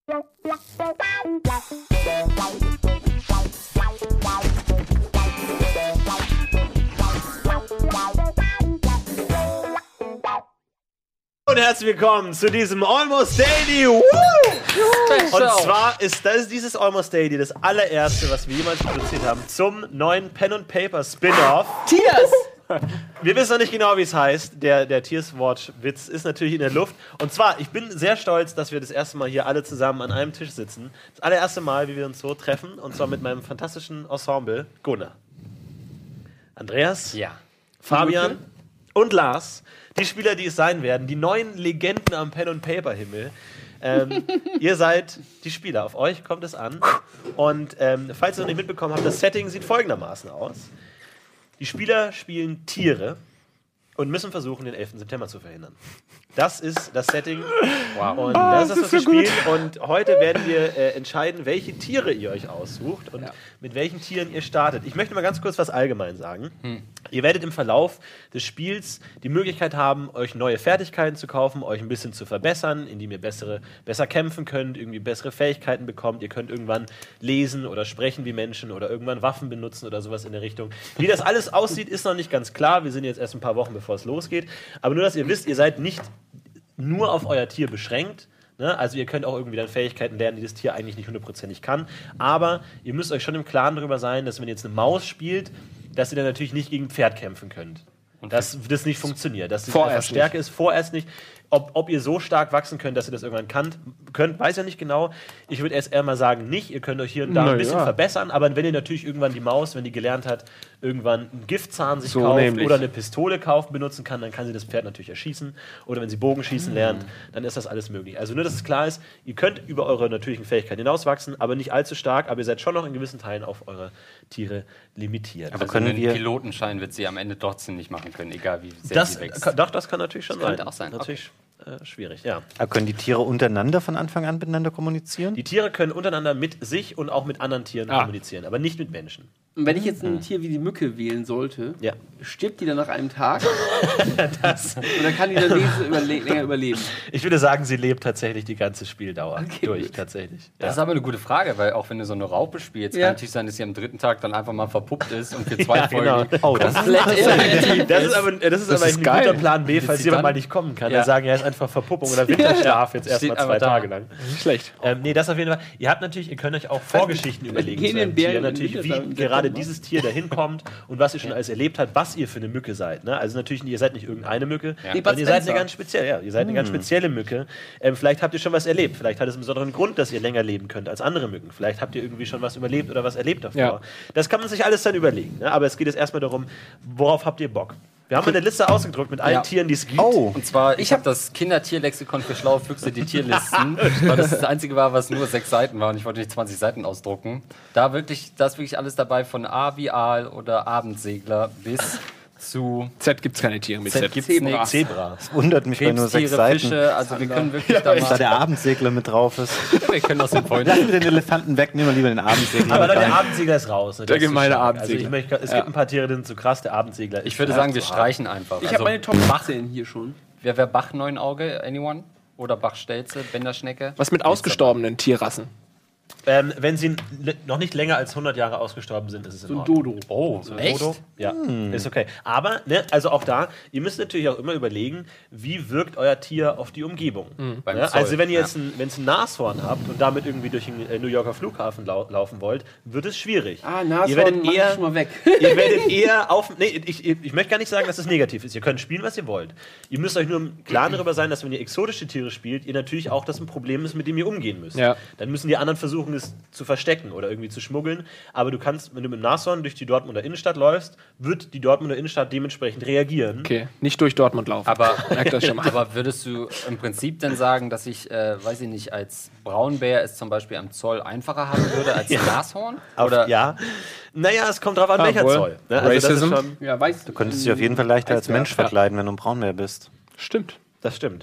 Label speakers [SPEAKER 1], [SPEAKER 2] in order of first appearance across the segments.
[SPEAKER 1] Und herzlich willkommen zu diesem Almost Daily. Woo! Und zwar ist dieses Almost Daily das allererste, was wir jemals produziert haben, zum neuen Pen and Paper Spin-Off.
[SPEAKER 2] Tiers!
[SPEAKER 1] Wir wissen noch nicht genau, wie es heißt. Der Tiers-Watch-Witz ist natürlich in der Luft. Und zwar, ich bin sehr stolz, dass wir das erste Mal hier alle zusammen an einem Tisch sitzen. Das allererste Mal, wie wir uns so treffen. Und zwar mit meinem fantastischen Ensemble Gunnar, Andreas,
[SPEAKER 3] Ja.
[SPEAKER 1] Fabian und Lars. Die Spieler, die es sein werden. Die neuen Legenden am Pen-and-Paper-Himmel. Ihr seid die Spieler. Auf euch kommt es an. Und falls ihr noch nicht mitbekommen habt, das Setting sieht folgendermaßen aus. Die Spieler spielen Tiere und müssen versuchen, den 11. September zu verhindern. Das ist das Setting. Wow. Und das ist das, was wir spielen. Und heute werden wir entscheiden, welche Tiere ihr euch aussucht und mit welchen Tieren ihr startet. Ich möchte mal ganz kurz was allgemein sagen. Ihr werdet im Verlauf des Spiels die Möglichkeit haben, euch neue Fertigkeiten zu kaufen, euch ein bisschen zu verbessern, indem ihr besser kämpfen könnt, irgendwie bessere Fähigkeiten bekommt. Ihr könnt irgendwann lesen oder sprechen wie Menschen oder irgendwann Waffen benutzen oder sowas in der Richtung. Wie das alles aussieht, ist noch nicht ganz klar. Wir sind jetzt erst ein paar Wochen, bevor es losgeht. Aber nur, dass ihr wisst, ihr seid nicht nur auf euer Tier beschränkt. Ne? Also ihr könnt auch irgendwie dann Fähigkeiten lernen, die das Tier eigentlich nicht hundertprozentig kann. Aber ihr müsst euch schon im Klaren darüber sein, dass wenn ihr jetzt eine Maus spielt, dass ihr dann natürlich nicht gegen ein Pferd kämpfen könnt. Und dass das nicht funktioniert. Dass die einfach Stärke ist, vorerst nicht. Ob ihr so stark wachsen könnt, dass ihr das irgendwann könnt, weiß ja nicht genau. Ich würde erst eher mal sagen, nicht. Ihr könnt euch hier und da ein bisschen verbessern, aber wenn ihr natürlich irgendwann die Maus, wenn die gelernt hat, irgendwann einen Giftzahn sich kauft oder eine Pistole benutzen kann, dann kann sie das Pferd natürlich erschießen. Oder wenn sie Bogenschießen lernt, dann ist das alles möglich. Also nur, dass es klar ist, ihr könnt über eure natürlichen Fähigkeiten hinauswachsen, aber nicht allzu stark, aber ihr seid schon noch in gewissen Teilen auf eure Tiere limitiert.
[SPEAKER 3] Aber also einen Pilotenschein wird sie am Ende trotzdem nicht machen können, egal wie sehr sie wächst.
[SPEAKER 1] Doch, das kann natürlich schon sein.
[SPEAKER 3] Könnte auch sein.
[SPEAKER 1] Natürlich. Schwierig, ja.
[SPEAKER 4] Aber können die Tiere untereinander von Anfang an miteinander kommunizieren?
[SPEAKER 1] Die Tiere können untereinander mit sich und auch mit anderen Tieren kommunizieren, aber nicht mit Menschen.
[SPEAKER 2] Und wenn ich jetzt ein Tier wie die Mücke wählen sollte, stirbt die dann nach einem Tag? Oder kann die dann länger überleben?
[SPEAKER 1] Ich würde sagen, sie lebt tatsächlich die ganze Spieldauer durch, tatsächlich.
[SPEAKER 3] Das ist aber eine gute Frage, weil auch wenn du so eine Raupe spielst, kann natürlich sein, dass sie am 3. Tag dann einfach mal verpuppt ist und für 2 Folgen...
[SPEAKER 1] Genau. Oh, das ist aber ein guter Plan B, falls jemand mal nicht kommen kann. Dann sagen, er ist einfach Verpuppung oder Winterschlaf jetzt erstmal 2 Tage lang.
[SPEAKER 4] Nicht schlecht.
[SPEAKER 1] Nee, das auf jeden Fall. Ihr könnt euch auch Vorgeschichten überlegen zu einem Tier. Natürlich, wie gerade dieses Tier dahin kommt und was ihr schon alles erlebt habt, was ihr für eine Mücke seid. Ne? Also natürlich, ihr seid nicht irgendeine Mücke, sondern ihr seid eine ganz spezielle, ihr seid eine ganz spezielle Mücke. Vielleicht habt ihr schon was erlebt. Vielleicht hat es einen besonderen Grund, dass ihr länger leben könnt als andere Mücken. Vielleicht habt ihr irgendwie schon was überlebt oder was erlebt davor. Ja. Das kann man sich alles dann überlegen. Ne? Aber es geht jetzt erstmal darum, worauf habt ihr Bock? Wir haben eine Liste ausgedruckt mit allen Tieren, die es gibt.
[SPEAKER 3] Oh. Und zwar, ich habe das Kindertierlexikon für schlaue Füchse, die Tierlisten, weil das Einzige war, was nur 6 Seiten war und ich wollte nicht 20 Seiten ausdrucken. Da ist wirklich alles dabei, von A wie Aal oder Abendsegler bis zu...
[SPEAKER 5] Z gibt es keine Tiere mit Z.
[SPEAKER 1] Zebra.
[SPEAKER 4] Das wundert mich bei nur 6 Seiten.
[SPEAKER 3] Fische, also wir können wirklich da
[SPEAKER 4] mal... Da der Abendsegler mit drauf ist.
[SPEAKER 3] Wir können aus dem Freund.
[SPEAKER 4] Lassen wir den Elefanten weg, nehmen wir lieber den Abendsegler.
[SPEAKER 1] Aber der Abendsegler ist raus. Ne?
[SPEAKER 5] Der gemeine Abendsegler.
[SPEAKER 1] Also es gibt ein paar Tiere, die sind zu krass. Der Abendsegler ist...
[SPEAKER 3] Ich würde sagen, wir streichen einfach.
[SPEAKER 2] Ich habe meine Top 18 hier schon.
[SPEAKER 3] Wer wäre Bach Neunauge? Anyone? Oder Bach-Stelze? Bänderschnecke?
[SPEAKER 5] Was mit ausgestorbenen Tierrassen?
[SPEAKER 1] Wenn sie noch nicht länger als 100 Jahre ausgestorben sind, ist es in Ordnung.
[SPEAKER 2] Dodo.
[SPEAKER 1] Oh, so ein echt? Dodo? Ja, ist okay. Aber, also auch da, ihr müsst natürlich auch immer überlegen, wie wirkt euer Tier auf die Umgebung. Also wenn ihr jetzt ein Nashorn habt und damit irgendwie durch den New Yorker Flughafen laufen wollt, wird es schwierig.
[SPEAKER 2] Nashorn
[SPEAKER 1] ihr werdet eher
[SPEAKER 2] schon mal weg.
[SPEAKER 1] Ihr werdet eher ich möchte gar nicht sagen, dass es negativ ist. Ihr könnt spielen, was ihr wollt. Ihr müsst euch nur im Klaren darüber sein, dass wenn ihr exotische Tiere spielt, ihr natürlich auch das ein Problem ist, mit dem ihr umgehen müsst. Ja. Dann müssen die anderen versuchen, es zu verstecken oder irgendwie zu schmuggeln. Aber du kannst, wenn du mit dem Nashorn durch die Dortmunder Innenstadt läufst, wird die Dortmunder Innenstadt dementsprechend reagieren.
[SPEAKER 5] Okay, nicht durch Dortmund laufen.
[SPEAKER 3] Aber würdest du im Prinzip dann sagen, dass ich, weiß ich nicht, als Braunbär es zum Beispiel am Zoll einfacher haben würde als ein Nashorn? Oder?
[SPEAKER 1] Ja. Naja, es kommt drauf an, welcher Zoll. Ne? Also
[SPEAKER 5] Racism?
[SPEAKER 1] du
[SPEAKER 4] könntest dich auf jeden Fall leichter als Mensch verkleiden, wenn du ein Braunbär bist.
[SPEAKER 5] Stimmt.
[SPEAKER 1] Das stimmt.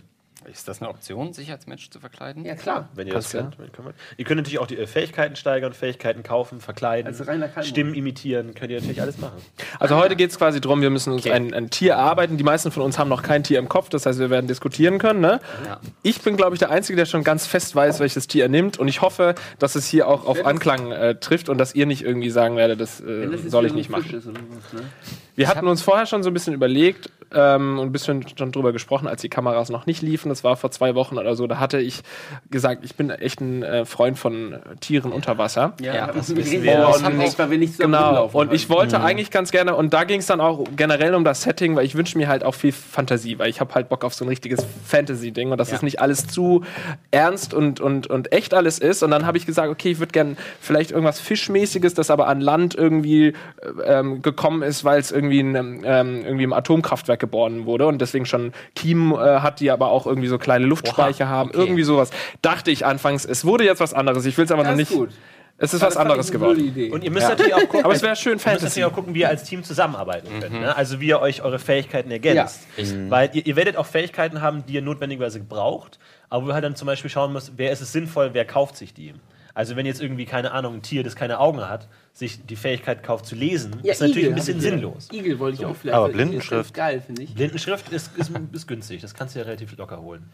[SPEAKER 3] Ist das eine Option, sich als Mensch zu verkleiden?
[SPEAKER 2] Ja, klar.
[SPEAKER 1] Wenn ihr das könnt. Ihr könnt natürlich auch die Fähigkeiten steigern, Fähigkeiten kaufen, verkleiden,
[SPEAKER 2] Also reiner Kalmund.
[SPEAKER 1] Stimmen imitieren, könnt ihr natürlich alles machen.
[SPEAKER 5] Also heute geht es quasi darum, wir müssen uns ein Tier erarbeiten. Die meisten von uns haben noch kein Tier im Kopf, das heißt, wir werden diskutieren können. Ne?
[SPEAKER 3] Ja.
[SPEAKER 5] Ich bin, glaube ich, der Einzige, der schon ganz fest weiß, welches Tier er nimmt. Und ich hoffe, dass es hier auch auf Anklang trifft und dass ihr nicht irgendwie sagen werdet, das soll ich nicht machen.
[SPEAKER 2] Ist oder was, ne?
[SPEAKER 5] Wir hatten uns vorher schon so ein bisschen überlegt und ein bisschen schon drüber gesprochen, als die Kameras noch nicht liefen. Das war vor 2 Wochen oder so. Da hatte ich gesagt, ich bin echt ein Freund von Tieren unter Wasser.
[SPEAKER 3] Ja,
[SPEAKER 2] das
[SPEAKER 1] wissen
[SPEAKER 2] wir.
[SPEAKER 1] wir.
[SPEAKER 2] Das haben weil wir nicht so
[SPEAKER 5] Genau. Und ich wollte eigentlich ganz gerne, und da ging es dann auch generell um das Setting, weil ich wünsche mir halt auch viel Fantasie, weil ich habe halt Bock auf so ein richtiges Fantasy-Ding und dass es nicht alles zu ernst und echt alles ist. Und dann habe ich gesagt, okay, ich würde gerne vielleicht irgendwas Fischmäßiges, das aber an Land irgendwie gekommen ist, weil es irgendwie irgendwie im Atomkraftwerk geboren wurde und deswegen schon Kiemen hat, die aber auch irgendwie so kleine Luftspeicher haben. Okay. Irgendwie sowas. Dachte ich anfangs, es wurde jetzt was anderes. Ich will es aber noch nicht.
[SPEAKER 2] Gut.
[SPEAKER 5] Es ist was anderes geworden.
[SPEAKER 1] Und ihr müsst natürlich auch gucken,
[SPEAKER 5] aber es wäre schön
[SPEAKER 1] Fantasy. Ihr müsst natürlich auch gucken, wie ihr als Team zusammenarbeiten könnt. Ne? Also wie ihr euch eure Fähigkeiten ergänzt. Ja. Weil ihr werdet auch Fähigkeiten haben, die ihr notwendigerweise braucht, aber wo ihr halt dann zum Beispiel schauen müsst, wer ist es sinnvoll, wer kauft sich die. Also wenn jetzt irgendwie, keine Ahnung, ein Tier, das keine Augen hat, sich die Fähigkeit kauft zu lesen, ist natürlich ein bisschen sinnlos.
[SPEAKER 2] Igel wollte ich auch vielleicht.
[SPEAKER 4] Aber Blindenschrift.
[SPEAKER 2] Ist geil, finde ich.
[SPEAKER 1] Blindenschrift ist günstig, das kannst du ja relativ locker holen.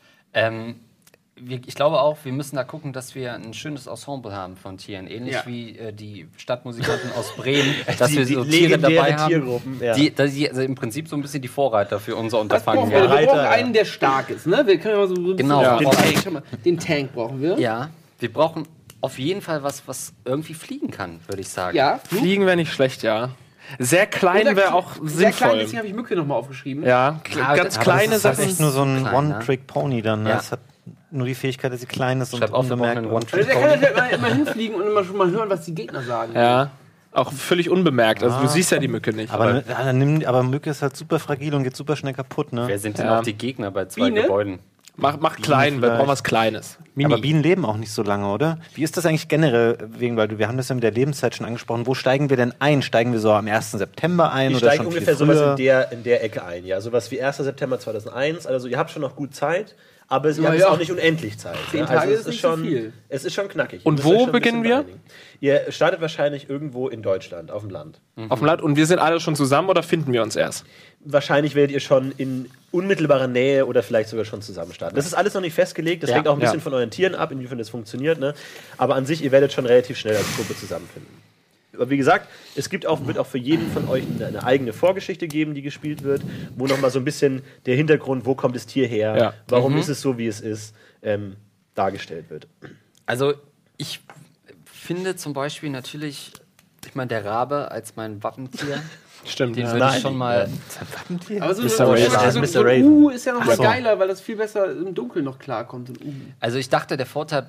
[SPEAKER 3] Ich glaube auch, wir müssen da gucken, dass wir ein schönes Ensemble haben von Tieren. Ähnlich wie die Stadtmusikanten aus Bremen, dass wir so Tiere dabei haben.
[SPEAKER 1] Tiergruppen, ja.
[SPEAKER 3] Die also im Prinzip so ein bisschen die Vorreiter für unser Unterfangen.
[SPEAKER 2] Wir brauchen einen, der stark ist. Ne? Wir können ja mal so ein
[SPEAKER 3] genau.
[SPEAKER 2] Den Tank brauchen wir.
[SPEAKER 3] Ja, wir brauchen auf jeden Fall was irgendwie fliegen kann, würde ich sagen.
[SPEAKER 2] Ja,
[SPEAKER 5] Fliegen wäre nicht schlecht, ja. Sehr klein wäre auch sinnvoll.
[SPEAKER 2] Sehr klein, deswegen habe ich Mücke nochmal aufgeschrieben.
[SPEAKER 5] Ja, ganz kleine
[SPEAKER 4] Sachen. Das ist
[SPEAKER 5] Sachen.
[SPEAKER 4] echt nur so ein One-Trick-Pony dann. Ne? Das hat nur die Fähigkeit, dass sie klein ist und unbemerkt.
[SPEAKER 2] Also der kann ja immer hinfliegen und immer schon mal hören, was die Gegner sagen.
[SPEAKER 5] Ja, auch völlig unbemerkt. Also du siehst ja die Mücke nicht.
[SPEAKER 4] Aber Mücke ist halt super fragil und geht super schnell kaputt. Ne?
[SPEAKER 3] Wer sind denn auch die Gegner bei 2 Gebäuden?
[SPEAKER 5] Mach klein, wir brauchen was Kleines.
[SPEAKER 4] Mini. Aber Bienen leben auch nicht so lange, oder? Wie ist das eigentlich generell? Weil wir haben das ja mit der Lebenszeit schon angesprochen. Wo steigen wir denn ein? Steigen wir so am 1. September ein?
[SPEAKER 1] Wir
[SPEAKER 4] oder
[SPEAKER 1] steigen
[SPEAKER 4] schon
[SPEAKER 1] ungefähr sowas in der Ecke ein. Ja, sowas wie 1. September 2001. Also ihr habt schon noch gut Zeit, aber ihr habt auch nicht unendlich Zeit.
[SPEAKER 2] 10 Tage
[SPEAKER 1] also
[SPEAKER 2] ist nicht schon viel.
[SPEAKER 1] Es ist schon knackig.
[SPEAKER 5] Und wo beginnen wir?
[SPEAKER 1] Ihr startet wahrscheinlich irgendwo in Deutschland, auf dem Land.
[SPEAKER 5] Auf dem Land? Und wir sind alle schon zusammen oder finden wir uns erst?
[SPEAKER 1] Wahrscheinlich werdet ihr schon in unmittelbarer Nähe oder vielleicht sogar schon zusammen starten. Das ist alles noch nicht festgelegt, das hängt auch ein bisschen von euren Tieren ab, inwiefern das funktioniert. Ne? Aber an sich, ihr werdet schon relativ schnell als Gruppe zusammenfinden. Aber wie gesagt, es wird auch für jeden von euch eine eigene Vorgeschichte geben, die gespielt wird, wo nochmal so ein bisschen der Hintergrund, wo kommt das Tier her, warum ist es so, wie es ist, dargestellt wird.
[SPEAKER 3] Also ich finde zum Beispiel natürlich, ich meine, der Rabe als mein Wappentier.
[SPEAKER 5] Stimmt,
[SPEAKER 3] den würde ich schon mal.
[SPEAKER 2] Aber so
[SPEAKER 1] Mr. Raven.
[SPEAKER 2] so ein ist ja noch mal geiler, weil das viel besser im Dunkeln noch klarkommt.
[SPEAKER 3] Also ich dachte, der Vorteil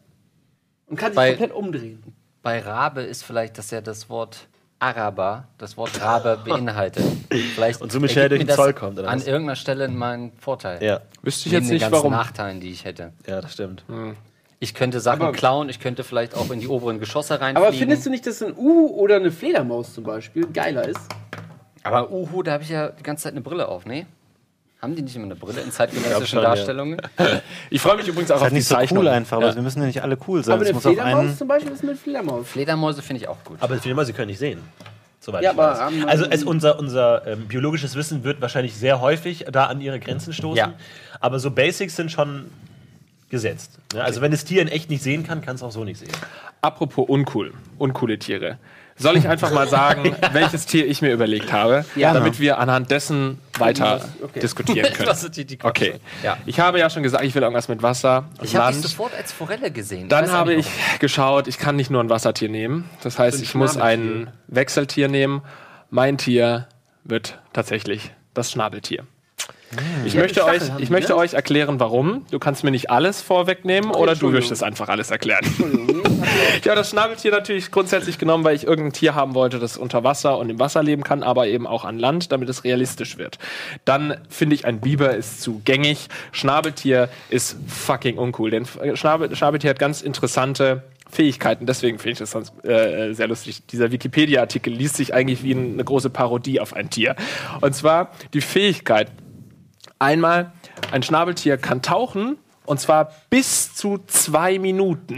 [SPEAKER 2] und kann sich komplett umdrehen.
[SPEAKER 3] Bei Rabe ist vielleicht, dass er das Wort Araber, das Wort Rabe beinhaltet. Vielleicht
[SPEAKER 1] und somit schnell durch den Zoll kommt. Oder
[SPEAKER 3] an irgendeiner Stelle mein Vorteil.
[SPEAKER 1] Ja.
[SPEAKER 5] Wüsste ich jetzt nicht,
[SPEAKER 3] warum. Nachteilen, die ich hätte.
[SPEAKER 1] Ja, das stimmt.
[SPEAKER 3] Ich könnte Sachen klauen, ich könnte vielleicht auch in die oberen Geschosse reinfliegen.
[SPEAKER 2] Aber findest du nicht, dass ein Uhu oder eine Fledermaus zum Beispiel geiler ist?
[SPEAKER 3] Aber Uhu, da habe ich ja die ganze Zeit eine Brille auf, ne? Haben die nicht immer eine Brille in zeitgenössischen Darstellungen?
[SPEAKER 5] Ja. Ich freue mich übrigens auch auf die Zeichnung.
[SPEAKER 4] Cool einfach, aber wir müssen ja nicht alle cool sein.
[SPEAKER 2] Aber eine Fledermaus zum Beispiel ist mit Fledermaus.
[SPEAKER 3] Fledermäuse finde ich auch gut.
[SPEAKER 1] Aber Fledermäuse können nicht sehen. Soweit
[SPEAKER 2] ja,
[SPEAKER 1] ich weiß. Also unser biologisches Wissen wird wahrscheinlich sehr häufig da an ihre Grenzen stoßen. Ja. Aber so Basics sind schon gesetzt. Ja, also wenn das Tier in echt nicht sehen kann, kann es auch so nicht sehen.
[SPEAKER 5] Apropos uncoole Tiere. Soll ich einfach mal sagen, welches Tier ich mir überlegt habe, damit wir anhand dessen weiter diskutieren können?
[SPEAKER 3] Das ist die
[SPEAKER 5] okay. Ja. Ich habe ja schon gesagt, ich will irgendwas mit Wasser und
[SPEAKER 3] Ich habe dich sofort als Forelle gesehen.
[SPEAKER 5] Dann habe ich geschaut, ich kann nicht nur ein Wassertier nehmen. Das heißt, ich muss ein Wechseltier nehmen. Mein Tier wird tatsächlich das Schnabeltier. Ich möchte euch erklären, warum. Du kannst mir nicht alles vorwegnehmen oder du wirst es einfach alles erklären. Ich habe das Schnabeltier natürlich grundsätzlich genommen, weil ich irgendein Tier haben wollte, das unter Wasser und im Wasser leben kann, aber eben auch an Land, damit es realistisch wird. Dann finde ich, ein Biber ist zu gängig. Schnabeltier ist fucking uncool, denn Schnabeltier hat ganz interessante Fähigkeiten, deswegen finde ich das sehr lustig. Dieser Wikipedia-Artikel liest sich eigentlich wie eine große Parodie auf ein Tier. Und zwar die Fähigkeit, einmal ein Schnabeltier kann tauchen, und zwar bis zu 2 Minuten.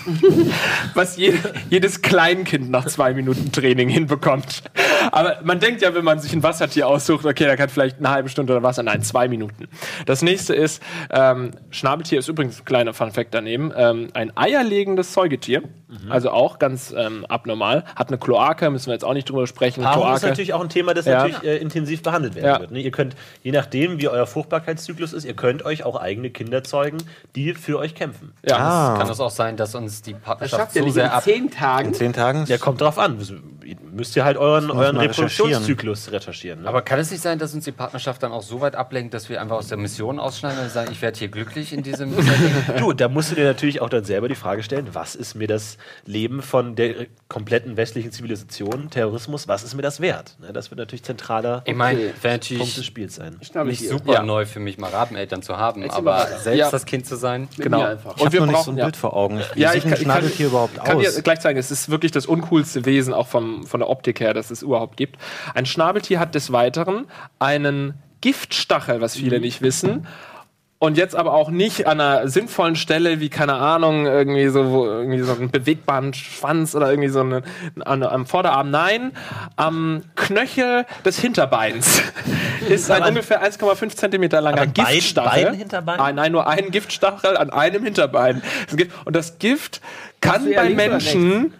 [SPEAKER 5] Was jedes Kleinkind nach 2 Minuten Training hinbekommt. Aber man denkt ja, wenn man sich ein Wassertier aussucht, okay, da kann vielleicht eine halbe Stunde oder Wasser. Nein, 2 Minuten. Das nächste ist, Schnabeltier ist übrigens ein kleiner Funfact daneben, ein eierlegendes Säugetier, also auch ganz abnormal, hat eine Kloake, müssen wir jetzt auch nicht drüber sprechen.
[SPEAKER 1] Paarung ist natürlich auch ein Thema, das natürlich intensiv behandelt werden wird. Ne? Ihr könnt, je nachdem, wie euer Fruchtbarkeitszyklus ist, ihr könnt euch auch eigene Kinder zeugen, die für euch kämpfen.
[SPEAKER 3] Ja, kann das auch sein, dass uns die Partnerschaft
[SPEAKER 2] so sehr ab... 10 Tagen?
[SPEAKER 4] In 10 Tagen?
[SPEAKER 1] Ja, kommt drauf an. Müsst ihr halt euren Reproduktionszyklus recherchieren. Ne?
[SPEAKER 3] Aber kann es nicht sein, dass uns die Partnerschaft dann auch so weit ablenkt, dass wir einfach aus der Mission ausschneiden und sagen, ich werde hier glücklich in diesem Setting?
[SPEAKER 1] Du, da musst du dir natürlich auch dann selber die Frage stellen, was ist mir das Leben von der kompletten westlichen Zivilisation, Terrorismus, was ist mir das wert? Ne, das wird natürlich zentraler Punkt des Spiels sein.
[SPEAKER 3] Nicht super neu für mich, mal Rabeneltern zu haben, aber selbst das Kind zu sein.
[SPEAKER 5] Genau.
[SPEAKER 4] Und wir brauchen so ein Bild vor Augen. Wie sieht ein Schnabeltier überhaupt aus?
[SPEAKER 5] Ich kann dir gleich sagen, es ist wirklich das uncoolste Wesen, auch von der Optik her, das es überhaupt gibt. Ein Schnabeltier hat des Weiteren einen Giftstachel, was viele nicht wissen. Und jetzt aber auch nicht an einer sinnvollen Stelle, wie, keine Ahnung, irgendwie so einen bewegbaren Schwanz oder irgendwie so am Vorderarm. Nein, am Knöchel des Hinterbeins ist ein ungefähr 1,5 Zentimeter langer Giftstachel.
[SPEAKER 1] Beiden Hinterbeinen?
[SPEAKER 5] Nein, nur ein Giftstachel an einem Hinterbein. Und das Gift kann bei Menschen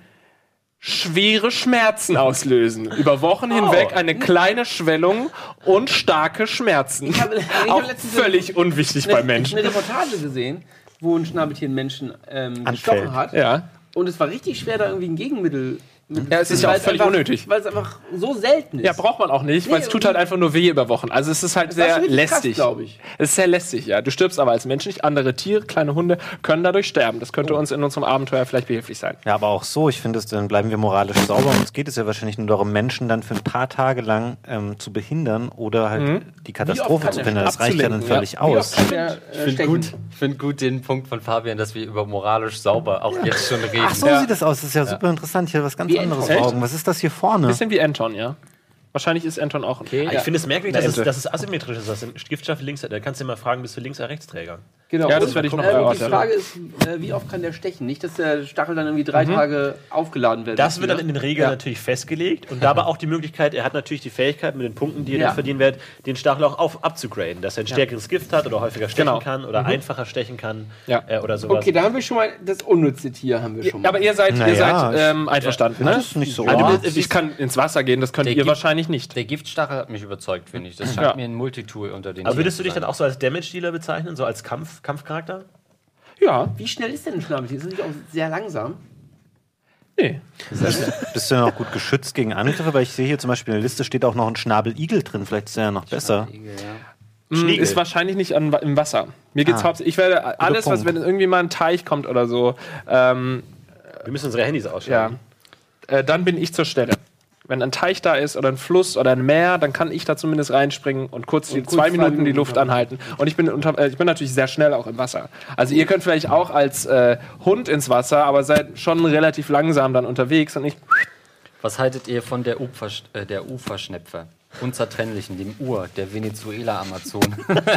[SPEAKER 5] schwere Schmerzen auslösen. Über Wochen hinweg eine kleine Schwellung und starke Schmerzen.
[SPEAKER 2] Ich hab
[SPEAKER 5] völlig unwichtig bei Menschen.
[SPEAKER 2] Ich habe eine Reportage gesehen, wo ein Schnabeltier einen Menschen gestochen hat.
[SPEAKER 5] Ja.
[SPEAKER 2] Und es war richtig schwer, da irgendwie ein Gegenmittel...
[SPEAKER 5] Ja, es ist ja auch völlig unnötig.
[SPEAKER 2] Weil es einfach so selten ist.
[SPEAKER 5] Ja, braucht man auch nicht, weil es tut halt einfach nur weh über Wochen. Also es ist halt sehr lästig.
[SPEAKER 2] Glaube ich.
[SPEAKER 5] Es ist sehr lästig, ja. Du stirbst aber als Mensch nicht. Andere Tiere, kleine Hunde, können dadurch sterben. Das könnte uns in unserem Abenteuer vielleicht behilflich sein.
[SPEAKER 4] Ja, aber auch so, ich finde, dann bleiben wir moralisch sauber. Und es geht es ja wahrscheinlich nur darum, Menschen dann für ein paar Tage lang zu behindern oder halt die Katastrophe zu verhindern. Das reicht ja dann völlig aus.
[SPEAKER 3] Ich finde gut den Punkt von Fabian, dass wir über moralisch sauber auch jetzt schon reden.
[SPEAKER 4] Ach, so sieht das aus. Das ist ja super interessant. Hier was ganz anderes vor Augen. Was ist das hier vorne?
[SPEAKER 5] Bisschen wie Anton, ja. Wahrscheinlich ist Anton auch
[SPEAKER 1] okay. Ich finde es merkwürdig, dass es asymmetrisch ist, dass ein Giftstachel links hat. Da kannst du dir mal fragen, bist du Links- oder Rechtsträger?
[SPEAKER 2] Genau.
[SPEAKER 5] Ja, das werde ich noch erörtern.
[SPEAKER 2] Die Frage ist, wie oft kann der stechen? Nicht, dass der Stachel dann irgendwie 3 Tage aufgeladen wird.
[SPEAKER 1] Das wird dann in den Regeln natürlich festgelegt und dabei auch die Möglichkeit, er hat natürlich die Fähigkeit mit den Punkten, die er dann verdienen wird, den Stachel auch abzugraden, dass er ein stärkeres Gift hat oder häufiger stechen kann oder einfacher stechen kann oder sowas.
[SPEAKER 2] Okay, da haben wir schon mal das unnütze Tier schon mal.
[SPEAKER 5] Aber ihr seid einverstanden, ne?
[SPEAKER 4] Das ist nicht so.
[SPEAKER 5] Ich kann ins Wasser gehen, das könnt ihr wahrscheinlich nicht.
[SPEAKER 3] Der Giftstachel hat mich überzeugt, finde ich. Das scheint mir ein Multitool unter den
[SPEAKER 1] Aber würdest du dich dann auch so als Damage-Dealer bezeichnen, so als Kampfcharakter?
[SPEAKER 5] Ja.
[SPEAKER 2] Wie schnell ist denn ein Schnabeltier? Ist das nicht auch sehr langsam?
[SPEAKER 5] Nee.
[SPEAKER 4] Bist du denn auch gut geschützt gegen Angriffe? Weil ich sehe hier zum Beispiel in der Liste steht auch noch ein Schnabeligel drin. Vielleicht ist er ja noch besser.
[SPEAKER 5] Ist wahrscheinlich nicht im Wasser. Mir geht's hauptsächlich. Ich werde alles, wenn irgendwie mal ein Teich kommt oder so.
[SPEAKER 1] Wir müssen unsere Handys ausschalten.
[SPEAKER 5] Ja. Dann bin ich zur Stelle. Wenn ein Teich da ist oder ein Fluss oder ein Meer, dann kann ich da zumindest reinspringen und kurz 2 Minuten die Luft anhalten. Und ich bin natürlich sehr schnell auch im Wasser. Also ihr könnt vielleicht auch als Hund ins Wasser, aber seid schon relativ langsam dann unterwegs. Und
[SPEAKER 3] Was haltet ihr von der Uferschnepfe? Unzertrennlichen, dem der Venezuela-Amazon.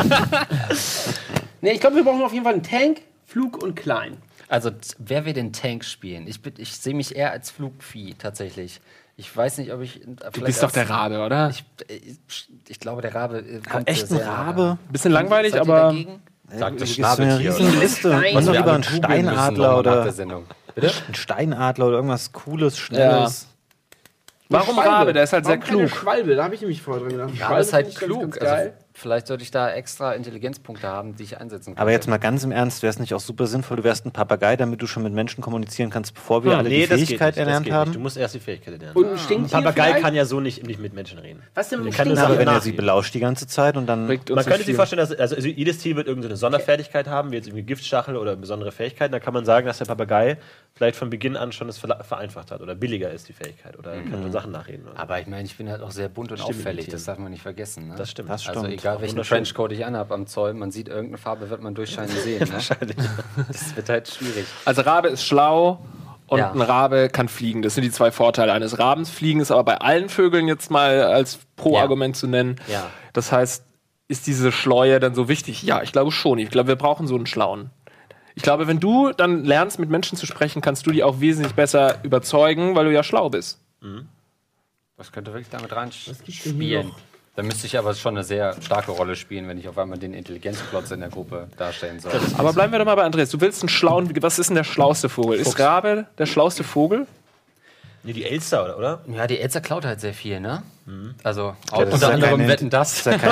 [SPEAKER 2] Nee, ich glaube, wir brauchen auf jeden Fall einen Tank, Flug und Klein.
[SPEAKER 3] Also, wer will den Tank spielen? Ich sehe mich eher als Flugvieh, tatsächlich. Ich weiß nicht, ob ich...
[SPEAKER 5] Du bist doch der Rabe, oder?
[SPEAKER 3] Ich glaube, der Rabe kommt
[SPEAKER 4] echt ein Rabe?
[SPEAKER 5] Bisschen langweilig, aber...
[SPEAKER 3] Sagt das
[SPEAKER 4] Schnabeltier. Und noch lieber ein Steinadler oder... Ein Steinadler oder irgendwas Cooles, Schnelles.
[SPEAKER 5] Warum Rabe? Der ist halt sehr klug.
[SPEAKER 2] Schwalbe, da habe ich nämlich vorher dran gedacht.
[SPEAKER 3] Rabe ist halt klug. Also, vielleicht sollte ich da extra Intelligenzpunkte haben, die ich einsetzen kann.
[SPEAKER 4] Aber jetzt mal ganz im Ernst, wäre es nicht auch super sinnvoll, du wärst ein Papagei, damit du schon mit Menschen kommunizieren kannst, bevor wir alle die Fähigkeit erlernt haben?
[SPEAKER 1] Du musst erst die Fähigkeit erlernen.
[SPEAKER 2] Und ein
[SPEAKER 1] Papagei kann ja so nicht mit Menschen reden.
[SPEAKER 2] Was denn mit
[SPEAKER 4] Aber wenn er sie belauscht die ganze Zeit und dann...
[SPEAKER 1] Man könnte sich vorstellen, dass jedes Tier wird irgendeine Sonderfertigkeit haben, wie jetzt irgendwie Giftstachel oder besondere Fähigkeiten. Da kann man sagen, dass der Papagei vielleicht von Beginn an schon das vereinfacht hat oder billiger ist die Fähigkeit oder kann schon Sachen nachreden.
[SPEAKER 3] Aber ich meine, ich bin halt auch sehr bunt und auffällig, das darf man nicht vergessen. Ne?
[SPEAKER 1] Das stimmt.
[SPEAKER 3] Also egal welchen Trenchcoat ich anhabe am Zoll, man sieht irgendeine Farbe, wird man durchscheinen sehen. Ne?
[SPEAKER 1] Wahrscheinlich.
[SPEAKER 3] Das wird halt schwierig.
[SPEAKER 5] Also Rabe ist schlau und ein Rabe kann fliegen. Das sind die 2 Vorteile eines Rabens. Fliegen ist aber bei allen Vögeln jetzt mal als Pro-Argument zu nennen.
[SPEAKER 3] Ja.
[SPEAKER 5] Das heißt, ist diese Schleue dann so wichtig? Ja, ich glaube schon. Ich glaube, wir brauchen so einen Schlauen. Ich glaube, wenn du dann lernst, mit Menschen zu sprechen, kannst du die auch wesentlich besser überzeugen, weil du ja schlau bist.
[SPEAKER 3] Was könnte wirklich damit reinspielen? Da müsste ich aber schon eine sehr starke Rolle spielen, wenn ich auf einmal den Intelligenzklotz in der Gruppe darstellen soll.
[SPEAKER 5] Aber bleiben wir doch mal bei Andreas. Du willst einen schlauen... Was ist denn der schlauste Vogel? Ist Rabe der schlauste Vogel?
[SPEAKER 1] Nee, die Elster, oder?
[SPEAKER 3] Ja, die Elster klaut halt sehr viel, ne? Also,
[SPEAKER 4] unter
[SPEAKER 3] anderem Wetten das.
[SPEAKER 4] Das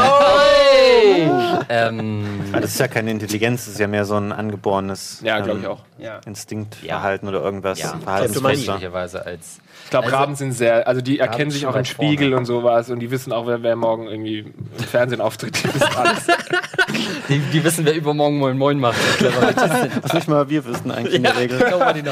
[SPEAKER 4] ist ja keine Intelligenz, das ist ja mehr so ein angeborenes
[SPEAKER 5] glaube ich auch.
[SPEAKER 4] Instinktverhalten oder irgendwas.
[SPEAKER 3] Verhaltensmuster.
[SPEAKER 5] Ich glaube, Raben sind sehr, also die erkennen sich auch im Spiegel und sowas und die wissen auch, wer morgen irgendwie im Fernsehen auftritt. Die wissen alles.
[SPEAKER 3] Die wissen, wer übermorgen Moin Moin macht.
[SPEAKER 4] Was nicht mal wir wissen eigentlich in der Regel.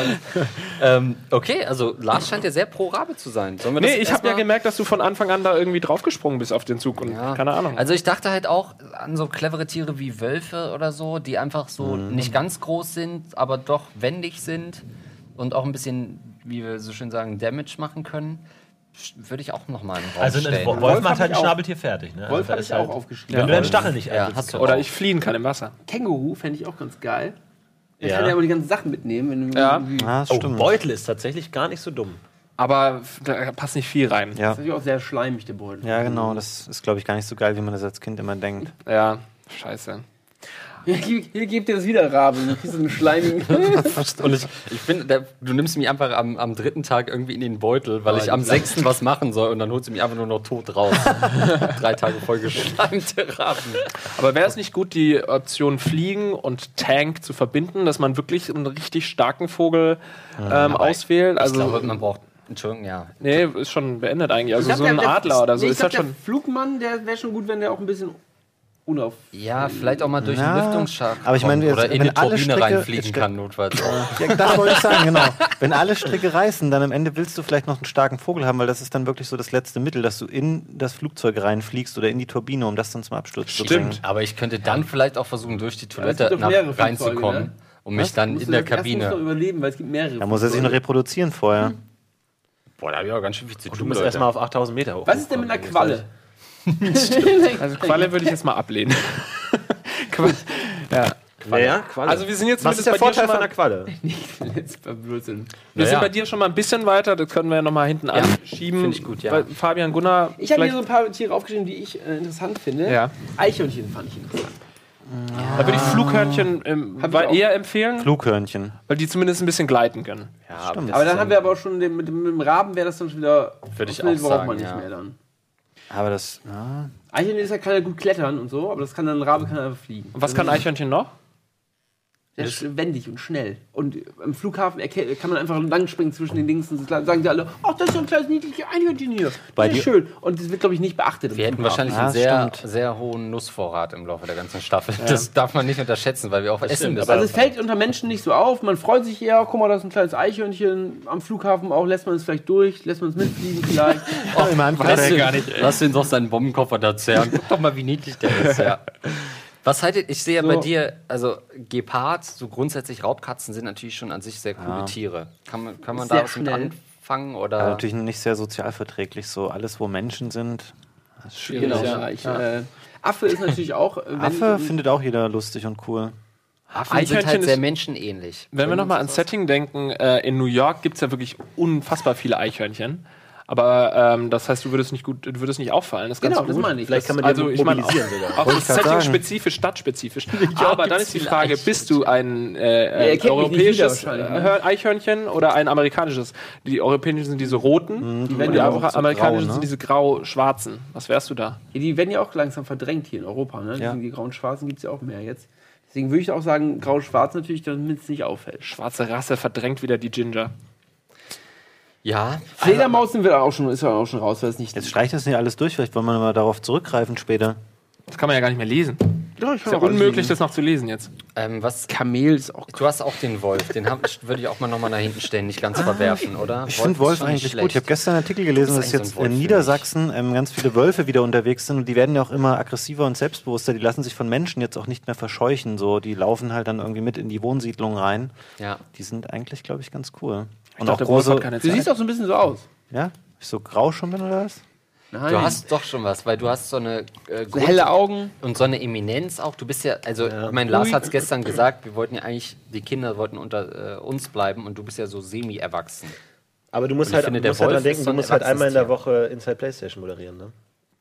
[SPEAKER 3] Okay, also Lars scheint ja sehr pro Rabe zu sein. Sollen wir
[SPEAKER 5] Nee, ich habe ja gemerkt, dass du von Anfang an da irgendwie draufgesprungen bist auf den Zug und keine Ahnung.
[SPEAKER 3] Also ich dachte halt auch an so clevere Tiere wie Wölfe oder so, die einfach so nicht ganz groß sind, aber doch wendig sind und auch ein bisschen, wie wir so schön sagen, Damage machen können. Würde ich auch nochmal einen Raum stellen.
[SPEAKER 1] Also Wolf macht halt ein Schnabeltier fertig. Ne?
[SPEAKER 2] Wolf habe ich auch aufgeschrieben.
[SPEAKER 1] Wenn du deinen Stachel nicht
[SPEAKER 3] hast du
[SPEAKER 5] Oder
[SPEAKER 3] auch.
[SPEAKER 5] ich fliehen kann im Wasser.
[SPEAKER 2] Känguru fände ich auch ganz geil. Er kann ja aber die ganzen Sachen mitnehmen. Wenn du
[SPEAKER 4] das stimmt.
[SPEAKER 1] Beutel ist tatsächlich gar nicht so dumm.
[SPEAKER 5] Aber da passt nicht viel rein.
[SPEAKER 4] Ja.
[SPEAKER 2] Das ist natürlich auch sehr schleimig, der Beutel.
[SPEAKER 4] Ja, genau. Das ist, glaube ich, gar nicht so geil, wie man das als Kind immer denkt.
[SPEAKER 5] Ja, scheiße.
[SPEAKER 2] Hier gebt ihr das wieder, Rabe. Dann kriegst du einen schleimigen.
[SPEAKER 3] Und ich finde, du nimmst mich einfach am 3. Tag irgendwie in den Beutel, weil ich am 6. was machen soll und dann holst du mich einfach nur noch tot raus. 3 Tage voll geschleimte Raben.
[SPEAKER 5] Aber wäre es nicht gut, die Option Fliegen und Tank zu verbinden, dass man wirklich einen richtig starken Vogel auswählt? Also,
[SPEAKER 3] ich glaube, man braucht... Entschuldigung, ja.
[SPEAKER 5] Nee, ist schon beendet eigentlich. Also so ein Adler oder so.
[SPEAKER 2] Ich
[SPEAKER 5] ist
[SPEAKER 2] glaub,
[SPEAKER 5] halt schon.
[SPEAKER 2] der Flugmann, der wäre schon gut, wenn der auch ein bisschen
[SPEAKER 3] Ja, vielleicht auch mal durch den Lüftungsschacht
[SPEAKER 4] aber ich meine, jetzt,
[SPEAKER 3] oder in die
[SPEAKER 4] wenn alle
[SPEAKER 3] Turbine
[SPEAKER 4] Stricke-
[SPEAKER 3] reinfliegen kann, notfalls.
[SPEAKER 4] Ja, das wollte ich sagen, genau. Wenn alle Stricke reißen, dann am Ende willst du vielleicht noch einen starken Vogel haben, weil das ist dann wirklich so das letzte Mittel, dass du in das Flugzeug reinfliegst oder in die Turbine, um das dann zum Absturz zu bringen.
[SPEAKER 3] Aber ich könnte dann vielleicht auch versuchen, durch die Toilette
[SPEAKER 2] es gibt doch mehrere
[SPEAKER 3] reinzukommen,
[SPEAKER 2] Flugzeuge, ne?
[SPEAKER 3] um mich dann in der Kabine...
[SPEAKER 2] Erst muss noch überleben, weil es gibt mehrere.
[SPEAKER 4] Da muss er sich noch reproduzieren vorher.
[SPEAKER 3] Boah, da habe ich auch ganz schön viel zu tun,
[SPEAKER 1] Du musst
[SPEAKER 3] Leute.
[SPEAKER 1] erstmal auf 8000 Meter hoch.
[SPEAKER 2] Was ist denn mit einer Qualle?
[SPEAKER 5] Also Qualle würde ich jetzt mal ablehnen. Ja.
[SPEAKER 1] Naja, Qualle.
[SPEAKER 5] Also wir sind jetzt
[SPEAKER 1] Was ist der
[SPEAKER 5] bei dir
[SPEAKER 1] Vorteil
[SPEAKER 5] schon
[SPEAKER 1] von
[SPEAKER 5] mal-
[SPEAKER 1] der Qualle?
[SPEAKER 5] Wir sind bei dir schon mal ein bisschen weiter, das können wir ja noch mal hinten anschieben.
[SPEAKER 3] finde ich gut, ja.
[SPEAKER 5] Weil Fabian, Gunnar,
[SPEAKER 2] Ich habe hier so ein paar Tiere aufgeschrieben, die ich interessant finde.
[SPEAKER 5] Ja.
[SPEAKER 2] Eichhörnchen fand ich interessant.
[SPEAKER 5] da würde ich Flughörnchen
[SPEAKER 2] Hab ich auch.
[SPEAKER 5] eher empfehlen,
[SPEAKER 4] Flughörnchen.
[SPEAKER 5] weil die zumindest ein bisschen gleiten können.
[SPEAKER 3] Ja,
[SPEAKER 4] Stimmt.
[SPEAKER 2] Aber dann haben wir aber auch schon mit dem Raben wäre das dann schon wieder.
[SPEAKER 3] Würde ich
[SPEAKER 2] das
[SPEAKER 3] auch
[SPEAKER 2] braucht
[SPEAKER 3] sagen,
[SPEAKER 2] man nicht
[SPEAKER 3] ja.
[SPEAKER 2] mehr dann.
[SPEAKER 4] Aber das. Ja.
[SPEAKER 2] Eichhörnchen kann ja gut klettern und so, aber das kann dann ein Rabe kann einfach fliegen.
[SPEAKER 5] Und was kann Eichhörnchen noch?
[SPEAKER 2] Der ist wendig und schnell. Und am Flughafen kann man einfach lang springen zwischen den Dings und sagen die alle, ach, das ist so ein kleines niedliches Eichhörnchen hier. Das ist schön. Und das wird, glaube ich, nicht beachtet.
[SPEAKER 3] Wir hätten wahrscheinlich einen sehr hohen Nussvorrat im Laufe der ganzen Staffel. Ja. Das darf man nicht unterschätzen, weil wir auch essen müssen.
[SPEAKER 2] Also es fällt unter Menschen nicht so auf. Man freut sich eher, guck mal, da ist ein kleines Eichhörnchen am Flughafen auch. Lässt man es vielleicht durch, lässt man es mitfliegen vielleicht.
[SPEAKER 3] Lass den doch seinen Bombenkoffer dazu her. Guck doch mal, wie niedlich der ist. Ja. Was haltet, ich sehe ja bei dir, also Gepard, so grundsätzlich Raubkatzen sind natürlich schon an sich sehr coole Tiere. Kann man da was mit anfangen? Oder?
[SPEAKER 4] Aber natürlich nicht sehr sozialverträglich, so alles, wo Menschen sind. Das ist schwierig.
[SPEAKER 2] Genau. Affe ist natürlich auch.
[SPEAKER 4] Affe findet auch jeder lustig und cool.
[SPEAKER 3] Affen sind
[SPEAKER 5] Eichhörnchen
[SPEAKER 3] halt sehr
[SPEAKER 5] ist-
[SPEAKER 3] menschenähnlich.
[SPEAKER 5] Wenn wir nochmal ans Setting denken, in New York gibt es ja wirklich unfassbar viele Eichhörnchen. Aber das heißt, du würdest nicht auffallen. Das ist ganz
[SPEAKER 2] Genau, das
[SPEAKER 5] gut.
[SPEAKER 2] meine ich.
[SPEAKER 1] Vielleicht kann man die
[SPEAKER 5] Also ich meine
[SPEAKER 1] mobilisieren sogar.
[SPEAKER 5] auch
[SPEAKER 4] Wollte
[SPEAKER 5] das
[SPEAKER 4] ich grad
[SPEAKER 5] Setting-spezifisch, stadtspezifisch. Aber dann ist die Frage, bist du ein
[SPEAKER 2] kennt mich nicht
[SPEAKER 5] europäisches
[SPEAKER 2] wieder wahrscheinlich, ne?
[SPEAKER 5] Eichhörnchen oder ein amerikanisches? Die europäischen sind diese roten und die amerikanischen sind diese grau-schwarzen. Was wärst du da?
[SPEAKER 2] Die werden ja auch langsam verdrängt hier in Europa. Ne?
[SPEAKER 4] Ja.
[SPEAKER 2] Die grauen Schwarzen gibt es ja auch mehr jetzt. Deswegen würde ich auch sagen, grau-schwarz natürlich, damit es nicht auffällt.
[SPEAKER 5] Schwarze Rasse verdrängt wieder die Ginger.
[SPEAKER 3] Ja,
[SPEAKER 2] Fledermaus ist ja auch schon raus, weil es nicht.
[SPEAKER 4] Jetzt streicht das nicht alles durch, vielleicht wollen wir mal darauf zurückgreifen später.
[SPEAKER 5] Das kann man ja gar nicht mehr lesen.
[SPEAKER 2] Ja, ich
[SPEAKER 5] Ist ja unmöglich, das noch zu lesen jetzt.
[SPEAKER 2] Kamel ist auch.
[SPEAKER 3] Du hast auch den Wolf, den würde ich auch mal nochmal nach hinten stellen, nicht ganz verwerfen, oder?
[SPEAKER 4] Ich finde Wolf
[SPEAKER 3] ist schon nicht
[SPEAKER 4] eigentlich
[SPEAKER 3] schlecht.
[SPEAKER 4] gut. Ich habe gestern einen Artikel gelesen,
[SPEAKER 3] Das
[SPEAKER 4] dass
[SPEAKER 3] ist eigentlich
[SPEAKER 4] jetzt
[SPEAKER 3] so ein Wolf,
[SPEAKER 4] in Niedersachsen ganz viele Wölfe wieder unterwegs sind und die werden ja auch immer aggressiver und selbstbewusster. Die lassen sich von Menschen jetzt auch nicht mehr verscheuchen. So, die laufen halt dann irgendwie mit in die Wohnsiedlung rein.
[SPEAKER 3] Ja.
[SPEAKER 4] Die sind eigentlich, glaube ich, ganz cool.
[SPEAKER 5] Und auch große.
[SPEAKER 2] Du siehst auch so ein bisschen so aus.
[SPEAKER 4] Ja? Ich so grau schon bin oder was?
[SPEAKER 2] Nein.
[SPEAKER 3] Du hast doch schon was, weil du hast so eine
[SPEAKER 2] so helle Augen.
[SPEAKER 3] und so eine Eminenz auch. Du bist ja, also ich meine, Lars hat es gestern gesagt, wir wollten ja eigentlich, die Kinder wollten unter uns bleiben und du bist ja so semi-erwachsen.
[SPEAKER 1] Aber du musst halt dran denken, du musst halt einmal in der Woche Inside PlayStation moderieren, ne?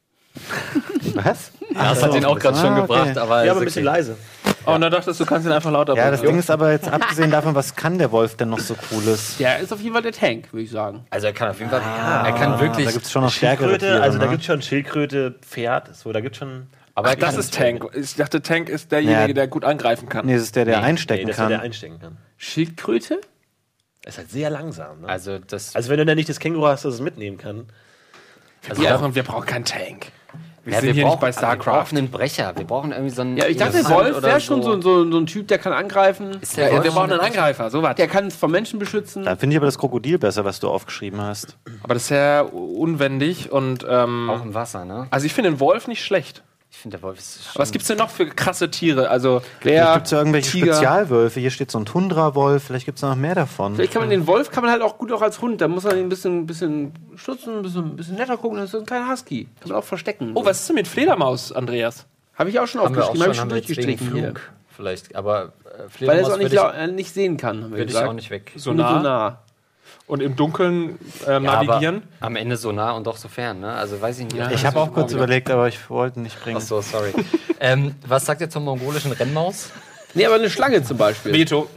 [SPEAKER 4] Was?
[SPEAKER 3] Lars hat den auch gerade schon gebracht, aber
[SPEAKER 1] Ja, aber ein bisschen leise.
[SPEAKER 5] Oh, und dann dachtest du, kannst ihn einfach lauter
[SPEAKER 4] Ja,
[SPEAKER 5] machen.
[SPEAKER 4] das Ding ist aber jetzt abgesehen davon, was kann der Wolf denn noch so Cooles?
[SPEAKER 2] Der ist auf jeden Fall der Tank, würde ich sagen.
[SPEAKER 3] Also er kann auf jeden Fall, er kann wirklich,
[SPEAKER 4] Da gibt es schon noch stärkere Tiere.
[SPEAKER 1] Also da
[SPEAKER 4] ne?
[SPEAKER 1] gibt es schon Schildkröte, Pferd, so, da gibt es schon...
[SPEAKER 3] aber er
[SPEAKER 5] Das
[SPEAKER 3] kann
[SPEAKER 5] ist Tank. Ich dachte, Tank ist derjenige, der gut angreifen kann.
[SPEAKER 4] Nee, das ist der einstecken
[SPEAKER 1] das ist der, der
[SPEAKER 4] kann.
[SPEAKER 1] einstecken kann.
[SPEAKER 2] Schildkröte?
[SPEAKER 1] Das ist halt sehr langsam, ne?
[SPEAKER 3] Also das,
[SPEAKER 1] Also wenn du dann nicht das Känguru hast, das es mitnehmen kann.
[SPEAKER 3] also
[SPEAKER 5] Wir brauchen keinen Tank. Wir
[SPEAKER 3] ja,
[SPEAKER 5] sind hier nicht bei
[SPEAKER 3] wir
[SPEAKER 5] StarCraft.
[SPEAKER 3] brauchen einen Brecher, wir brauchen irgendwie so einen...
[SPEAKER 2] Ja, ich dachte,
[SPEAKER 3] Elefant
[SPEAKER 2] Wolf
[SPEAKER 3] oder
[SPEAKER 2] wäre schon so ein Typ, der kann angreifen.
[SPEAKER 3] Ist
[SPEAKER 5] Ja,
[SPEAKER 3] der
[SPEAKER 5] wir
[SPEAKER 3] Wolf
[SPEAKER 5] brauchen
[SPEAKER 3] schon
[SPEAKER 5] einen Angreifer, so was.
[SPEAKER 2] Der kann es vor Menschen beschützen.
[SPEAKER 4] Da finde ich aber das Krokodil besser, was du aufgeschrieben hast.
[SPEAKER 5] Aber das ist sehr unwendig und
[SPEAKER 3] auch im Wasser, ne?
[SPEAKER 5] also ich finde den Wolf nicht schlecht.
[SPEAKER 3] Ich finde, der Wolf ist schon...
[SPEAKER 5] Aber was gibt's denn noch für krasse Tiere? Also
[SPEAKER 4] Vielleicht gibt es ja irgendwelche
[SPEAKER 5] Tiger.
[SPEAKER 4] Spezialwölfe. Hier steht so ein Tundra-Wolf. Vielleicht gibt es noch mehr davon.
[SPEAKER 2] Vielleicht kann man den Wolf halt auch gut als Hund. Da muss man ihn ein bisschen schützen, ein bisschen netter gucken. Das ist so ein kleiner Husky. Kann man auch verstecken.
[SPEAKER 5] Oh, was ist denn mit Fledermaus, Andreas?
[SPEAKER 2] Habe ich auch schon
[SPEAKER 3] haben wir auch
[SPEAKER 2] aufgeschrieben.
[SPEAKER 3] schon,
[SPEAKER 2] Habe ich schon durchgestrichen hier.
[SPEAKER 3] Flug vielleicht, aber
[SPEAKER 2] Weil er es
[SPEAKER 3] Fledermaus
[SPEAKER 2] auch nicht sehen kann, haben wir
[SPEAKER 3] würde ich
[SPEAKER 2] gesagt.
[SPEAKER 3] auch nicht weg.
[SPEAKER 5] So
[SPEAKER 2] Nur
[SPEAKER 5] nah.
[SPEAKER 2] so nah.
[SPEAKER 5] Und im Dunkeln
[SPEAKER 3] Ja,
[SPEAKER 5] navigieren?
[SPEAKER 3] aber am Ende so nah und doch so fern, ne? Also weiß ich nicht.
[SPEAKER 5] Ja.
[SPEAKER 4] Ich habe auch kurz überlegt, aber ich wollte nicht bringen.
[SPEAKER 3] Ach so, sorry. Was sagt ihr zur mongolischen Rennmaus?
[SPEAKER 2] Nee, aber eine Schlange zum Beispiel.
[SPEAKER 5] Veto.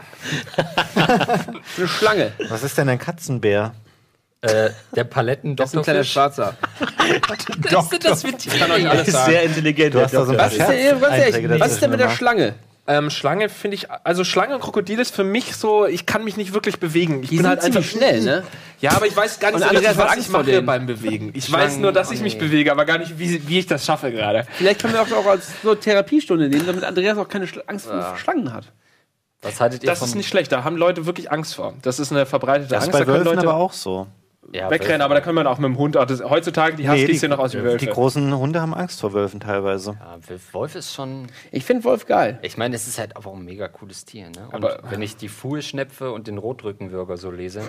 [SPEAKER 2] Eine Schlange.
[SPEAKER 4] Was ist denn ein Katzenbär?
[SPEAKER 3] Der Paletten
[SPEAKER 2] Das ist ein kleiner Schwarzer.
[SPEAKER 3] Was ist das für Tiere?
[SPEAKER 5] Kann euch alles
[SPEAKER 1] Ist
[SPEAKER 5] sagen.
[SPEAKER 1] sehr intelligent.
[SPEAKER 4] Du hast da so ein
[SPEAKER 2] Was ist denn mit der Schlange?
[SPEAKER 5] Schlange finde ich, also Schlange und Krokodil ist für mich so, ich kann mich nicht wirklich bewegen. Ich
[SPEAKER 2] Die
[SPEAKER 5] bin
[SPEAKER 2] sind
[SPEAKER 5] halt einfach
[SPEAKER 2] ziemlich schnell, ne?
[SPEAKER 5] Ja, aber ich weiß gar nicht
[SPEAKER 2] Und
[SPEAKER 5] so richtig,
[SPEAKER 2] Andreas hat
[SPEAKER 5] was
[SPEAKER 2] Angst
[SPEAKER 5] ich
[SPEAKER 2] vor
[SPEAKER 5] mache
[SPEAKER 2] denen.
[SPEAKER 5] beim Bewegen. Ich
[SPEAKER 3] Schlangen,
[SPEAKER 5] weiß nur, dass
[SPEAKER 3] oh
[SPEAKER 5] ich mich
[SPEAKER 3] nee.
[SPEAKER 5] bewege, aber gar nicht, wie ich das schaffe gerade.
[SPEAKER 2] Vielleicht können wir auch als so Therapiestunde nehmen, damit Andreas auch keine Angst vor Schlangen hat.
[SPEAKER 3] Was haltet ihr
[SPEAKER 5] Das
[SPEAKER 3] vom...
[SPEAKER 5] ist nicht schlecht, da haben Leute wirklich Angst vor. Das ist eine verbreitete
[SPEAKER 4] Das ist
[SPEAKER 5] Angst,
[SPEAKER 4] bei
[SPEAKER 5] da können
[SPEAKER 4] Wölfen
[SPEAKER 5] Leute
[SPEAKER 4] aber auch so.
[SPEAKER 3] ja,
[SPEAKER 5] wegrennen, aber da können wir auch mit dem Hund, auch heutzutage die Huskies sehen noch aus wie
[SPEAKER 4] die
[SPEAKER 5] Wölfe.
[SPEAKER 4] großen Hunde haben Angst vor Wölfen teilweise.
[SPEAKER 3] Ja, Wolf ist schon...
[SPEAKER 2] Ich finde Wolf geil.
[SPEAKER 3] Ich meine, es ist halt auch ein mega cooles Tier, ne? Und
[SPEAKER 5] Aber-
[SPEAKER 3] wenn ich die Fuhlschnepfe und den Rotrückenwürger so lese...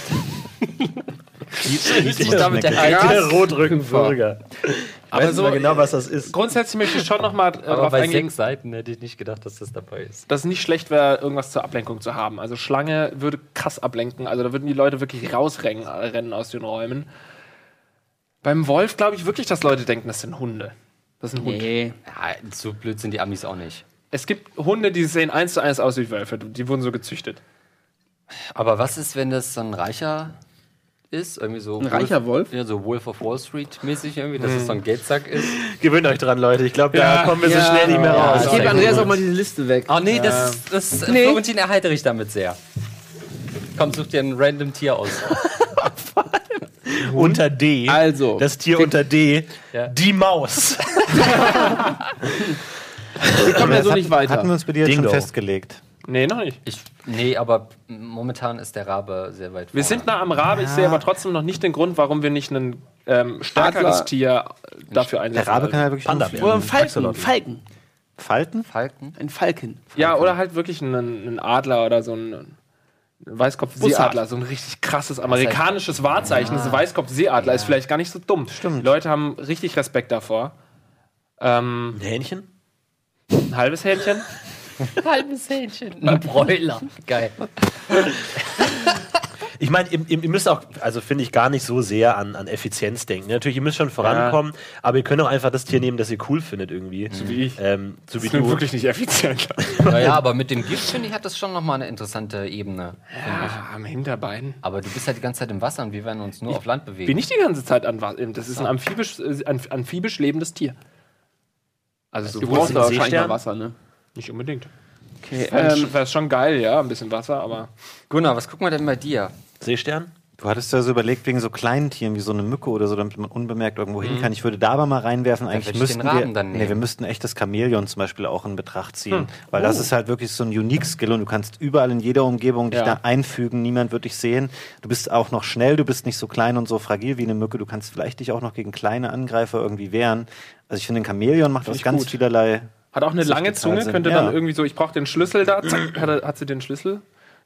[SPEAKER 1] Ich
[SPEAKER 3] damit der
[SPEAKER 1] Der Rotrückenbürger.
[SPEAKER 5] Aber
[SPEAKER 1] Weiß
[SPEAKER 5] so,
[SPEAKER 1] mal genau, was das ist.
[SPEAKER 5] Grundsätzlich möchte ich schon nochmal
[SPEAKER 3] Aber
[SPEAKER 5] darauf
[SPEAKER 3] bei
[SPEAKER 5] eingehen,
[SPEAKER 3] 6 Seiten hätte ich nicht gedacht, dass das dabei ist.
[SPEAKER 5] dass es nicht schlecht wäre, irgendwas zur Ablenkung zu haben. Also Schlange würde krass ablenken. Also da würden die Leute wirklich rennen aus den Räumen. Beim Wolf glaube ich wirklich, dass Leute denken, das sind Hunde. Das ist ein Hund.
[SPEAKER 2] Nee.
[SPEAKER 3] Ja, so blöd sind die Amis auch nicht.
[SPEAKER 5] Es gibt Hunde, die sehen 1:1 aus wie Wölfe. Die wurden so gezüchtet.
[SPEAKER 3] Aber was ist, wenn das so ein reicher ist? Irgendwie so
[SPEAKER 2] Ein reicher Wolf?
[SPEAKER 3] Ja, so Wolf of Wall Street mäßig irgendwie, dass es so ein Geldsack ist.
[SPEAKER 1] Gewöhnt euch dran, Leute. Ich glaube,
[SPEAKER 5] Ja.
[SPEAKER 1] da kommen wir so schnell nicht mehr
[SPEAKER 3] Ja,
[SPEAKER 1] raus.
[SPEAKER 2] Ich gebe Andreas auch mal diese Liste weg.
[SPEAKER 3] Oh nee, das
[SPEAKER 2] Nee.
[SPEAKER 3] Florentin erheitere ich damit sehr. Komm, such dir ein random Tier aus.
[SPEAKER 1] Unter D.
[SPEAKER 2] Also.
[SPEAKER 1] Das Tier unter D.
[SPEAKER 3] Ja.
[SPEAKER 1] Die Maus.
[SPEAKER 2] Wir kommen ja so nicht weiter.
[SPEAKER 4] Hatten wir uns bei dir jetzt schon
[SPEAKER 1] Dingo.
[SPEAKER 4] festgelegt?
[SPEAKER 5] Nee, noch nicht.
[SPEAKER 3] Nee, aber momentan ist der Rabe sehr weit
[SPEAKER 5] Wir sind nah am Rabe. Ich sehe aber trotzdem noch nicht den Grund, warum wir nicht ein stärkeres
[SPEAKER 2] Adler.
[SPEAKER 5] Tier dafür
[SPEAKER 4] Der
[SPEAKER 5] einsetzen.
[SPEAKER 4] Rabe kann ja wirklich
[SPEAKER 1] Panda
[SPEAKER 4] nur
[SPEAKER 1] Bär.
[SPEAKER 2] Oder ein
[SPEAKER 4] fliegen.
[SPEAKER 2] Falken. Falken.
[SPEAKER 4] Falten?
[SPEAKER 3] Falken.
[SPEAKER 2] Ein Falken.
[SPEAKER 5] Ja, oder halt wirklich ein Adler oder so ein Weißkopf-Seeadler. So ein richtig krasses amerikanisches Wahrzeichen. Das Weißkopf-Seeadler ist vielleicht gar nicht so dumm.
[SPEAKER 4] Stimmt.
[SPEAKER 5] Die Leute haben richtig Respekt davor.
[SPEAKER 1] Ein Hähnchen?
[SPEAKER 5] Ein halbes Hähnchen.
[SPEAKER 3] Halbes Hähnchen. Ein Bräuler. Geil.
[SPEAKER 1] Ich meine, ihr müsst auch, also finde ich, gar nicht so sehr an Effizienz denken. Natürlich, ihr müsst schon vorankommen, aber ihr könnt auch einfach das Tier nehmen, das ihr cool findet irgendwie. So
[SPEAKER 5] wie ich.
[SPEAKER 1] So wie
[SPEAKER 5] Das ist
[SPEAKER 1] du.
[SPEAKER 5] wirklich nicht effizient.
[SPEAKER 3] Naja, aber mit dem Gift, finde ich, hat das schon nochmal eine interessante Ebene. finde ich.
[SPEAKER 5] Am Hinterbein.
[SPEAKER 3] Aber du bist halt die ganze Zeit im Wasser und wir werden uns nur auf Land bewegen.
[SPEAKER 5] Bin ich die ganze Zeit an Wasser. Das ist ein amphibisch lebendes Tier. Also
[SPEAKER 2] Du
[SPEAKER 5] so
[SPEAKER 2] brauchst da wahrscheinlich
[SPEAKER 1] Seestern?
[SPEAKER 2] mal Wasser, ne?
[SPEAKER 5] nicht unbedingt.
[SPEAKER 2] Okay,
[SPEAKER 5] Wäre schon geil, ja, ein bisschen Wasser, aber.
[SPEAKER 3] Gunnar, was gucken wir denn bei dir?
[SPEAKER 1] Seestern?
[SPEAKER 4] Du hattest ja so überlegt, wegen so kleinen Tieren wie so eine Mücke oder so, damit man unbemerkt irgendwo hin kann. Ich würde da aber mal reinwerfen, eigentlich
[SPEAKER 3] würde ich den
[SPEAKER 4] müssten
[SPEAKER 3] Raben
[SPEAKER 4] wir,
[SPEAKER 3] dann nehmen.
[SPEAKER 4] wir müssten echt das Chamäleon zum Beispiel auch in Betracht ziehen. Weil das ist halt wirklich so ein Unique-Skill und du kannst überall in jeder Umgebung dich
[SPEAKER 5] Ja.
[SPEAKER 4] da einfügen, niemand wird dich sehen. Du bist auch noch schnell, du bist nicht so klein und so fragil wie eine Mücke. Du kannst vielleicht dich auch noch gegen kleine Angreifer irgendwie wehren. Also ich finde, ein Chamäleon macht aus
[SPEAKER 5] ich
[SPEAKER 4] ganz
[SPEAKER 5] gut.
[SPEAKER 4] vielerlei.
[SPEAKER 5] Hat auch eine
[SPEAKER 4] Das ist
[SPEAKER 5] lange
[SPEAKER 4] total
[SPEAKER 5] Zunge,
[SPEAKER 4] Sinn.
[SPEAKER 5] könnte
[SPEAKER 4] Ja.
[SPEAKER 5] dann irgendwie so, ich brauche den Schlüssel da, zack, hat sie den Schlüssel.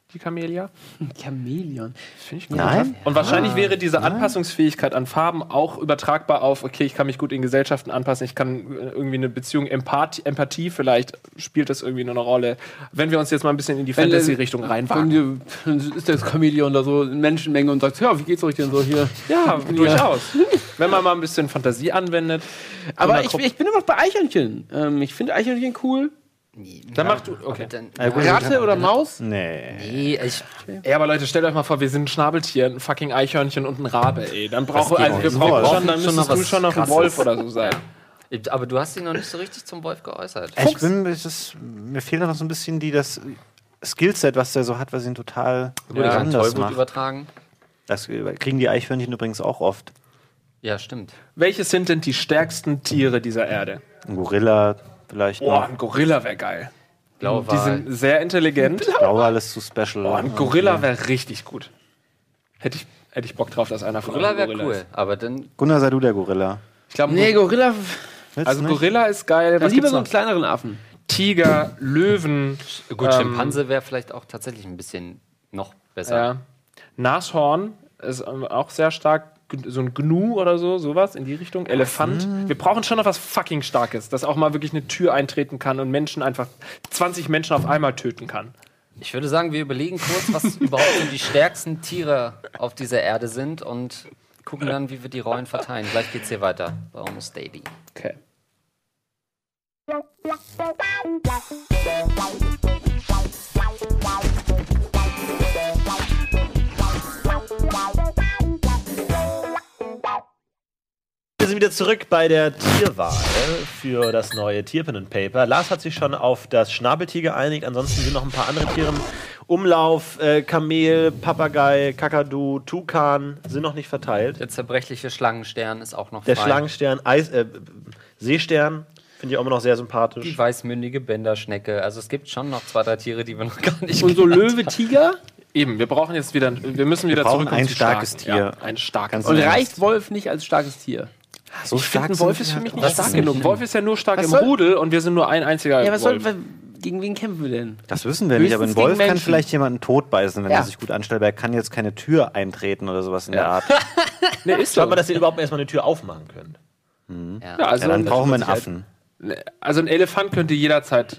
[SPEAKER 5] die Camellia.
[SPEAKER 2] Chamäleon.
[SPEAKER 5] Finde ich gut.
[SPEAKER 4] Nein?
[SPEAKER 5] Und wahrscheinlich wäre diese Anpassungsfähigkeit an Farben auch übertragbar auf, okay, ich kann mich gut in Gesellschaften anpassen, ich kann irgendwie eine Beziehung, Empathie vielleicht spielt das irgendwie eine Rolle. Wenn wir uns jetzt mal ein bisschen in die Fantasy-Richtung reinwagen.
[SPEAKER 2] Dann ist das Chamäleon da so in Menschenmenge und sagt, ja, wie geht's euch denn so hier?
[SPEAKER 5] Ja, durchaus. Wenn man mal ein bisschen Fantasie anwendet.
[SPEAKER 2] Aber ich bin immer noch bei Eichhörnchen. Ich finde Eichhörnchen cool.
[SPEAKER 5] Dann mach du, okay.
[SPEAKER 2] Ratte oder Maus?
[SPEAKER 3] Nee,
[SPEAKER 5] Ja, aber Leute, stellt euch mal vor, wir sind ein Schnabeltier, ein fucking Eichhörnchen und ein Rabe, ey. Dann
[SPEAKER 3] geht
[SPEAKER 5] müsstest du schon noch ein Wolf oder so sein.
[SPEAKER 3] aber du hast dich noch nicht so richtig zum Wolf geäußert.
[SPEAKER 4] Mir fehlt da noch so ein bisschen das Skillset, was der so hat, was ihn total anders
[SPEAKER 3] Tollwut
[SPEAKER 4] macht.
[SPEAKER 3] übertragen.
[SPEAKER 4] Das kriegen die Eichhörnchen übrigens auch oft.
[SPEAKER 3] Ja, stimmt.
[SPEAKER 5] Welches sind denn die stärksten Tiere dieser Erde?
[SPEAKER 4] Ein Gorilla vielleicht
[SPEAKER 5] Boah,
[SPEAKER 4] noch.
[SPEAKER 5] ein Gorilla wäre geil. Die
[SPEAKER 3] Blauwal.
[SPEAKER 5] sind sehr intelligent.
[SPEAKER 4] Blauwal ist zu special.
[SPEAKER 5] Boah, ein Gorilla wäre richtig gut. Hätte ich Bock drauf, dass einer von
[SPEAKER 3] Gorilla
[SPEAKER 5] euch
[SPEAKER 3] wäre
[SPEAKER 5] Gorilla
[SPEAKER 3] cool,
[SPEAKER 5] ist.
[SPEAKER 3] aber dann
[SPEAKER 4] Gunnar, sei du der Gorilla.
[SPEAKER 5] Ich glaube,
[SPEAKER 2] Nee, Gorilla.
[SPEAKER 4] Willst
[SPEAKER 5] also
[SPEAKER 4] du nicht?
[SPEAKER 5] Gorilla ist geil.
[SPEAKER 2] Dann
[SPEAKER 5] Was
[SPEAKER 2] lieber
[SPEAKER 5] gibt's
[SPEAKER 2] so einen
[SPEAKER 5] noch?
[SPEAKER 2] kleineren Affen.
[SPEAKER 5] Tiger, Löwen.
[SPEAKER 3] gut, Schimpanse wäre vielleicht auch tatsächlich ein bisschen noch besser.
[SPEAKER 5] Ja. Nashorn ist auch sehr stark. So ein Gnu oder sowas in die Richtung. Elefant. Wir brauchen schon noch was fucking Starkes, das auch mal wirklich eine Tür eintreten kann und Menschen einfach 20 Menschen auf einmal töten kann.
[SPEAKER 3] Ich würde sagen, wir überlegen kurz, was überhaupt so die stärksten Tiere auf dieser Erde sind und gucken dann, wie wir die Rollen verteilen. Gleich geht's hier weiter bei Almost Daily.
[SPEAKER 5] Okay.
[SPEAKER 1] Wir sind wieder zurück bei der Tierwahl für das neue Tierpen and Paper. Lars hat sich schon auf das Schnabeltier geeinigt. Ansonsten sind noch ein paar andere Tiere im Umlauf. Kamel, Papagei, Kakadu, Tukan sind noch nicht verteilt.
[SPEAKER 3] Der zerbrechliche Schlangenstern ist auch noch
[SPEAKER 1] Der
[SPEAKER 3] frei.
[SPEAKER 1] Schlangenstern, Seestern finde ich auch immer noch sehr sympathisch.
[SPEAKER 3] Die weißmündige Bänderschnecke. Also es gibt schon noch 2, 3 Tiere, die wir noch gar nicht
[SPEAKER 2] Und so
[SPEAKER 3] genannt
[SPEAKER 2] Löwe, Tiger?
[SPEAKER 5] Eben, wir brauchen jetzt wieder, wir müssen wieder
[SPEAKER 4] brauchen
[SPEAKER 5] zurückkommen
[SPEAKER 4] ein
[SPEAKER 5] zu
[SPEAKER 4] starkes
[SPEAKER 5] starken.
[SPEAKER 4] Tier.
[SPEAKER 5] Ja, ein starkes
[SPEAKER 2] Und
[SPEAKER 5] Tier.
[SPEAKER 2] reicht Wolf nicht als starkes Tier?
[SPEAKER 4] So
[SPEAKER 5] Ich finde, ein
[SPEAKER 4] sind
[SPEAKER 5] Wolf
[SPEAKER 4] wir
[SPEAKER 5] ist für mich
[SPEAKER 4] halt
[SPEAKER 5] nicht
[SPEAKER 3] auch.
[SPEAKER 5] stark
[SPEAKER 3] Das ist
[SPEAKER 5] genug.
[SPEAKER 3] nicht-
[SPEAKER 5] Wolf ist ja nur stark
[SPEAKER 2] Was
[SPEAKER 5] im
[SPEAKER 2] soll-
[SPEAKER 5] Rudel und wir sind nur ein einziger
[SPEAKER 2] Ja, was
[SPEAKER 5] Wolf.
[SPEAKER 2] gegen wen kämpfen wir denn?
[SPEAKER 4] Das wissen wir nicht, aber ein
[SPEAKER 2] Höchstens
[SPEAKER 4] Wolf
[SPEAKER 2] gegen
[SPEAKER 4] kann
[SPEAKER 2] Menschen.
[SPEAKER 4] vielleicht jemanden totbeißen, wenn
[SPEAKER 2] Ja.
[SPEAKER 4] er sich gut anstellt, aber er kann jetzt keine Tür eintreten oder sowas in der Art.
[SPEAKER 5] Nee, ist
[SPEAKER 1] Schaut mal, dass ihr überhaupt erstmal eine Tür aufmachen könnt.
[SPEAKER 5] Ja, also,
[SPEAKER 4] Ja, dann brauchen wir einen
[SPEAKER 5] das wird sich
[SPEAKER 4] Affen.
[SPEAKER 5] also ein Elefant könnte jederzeit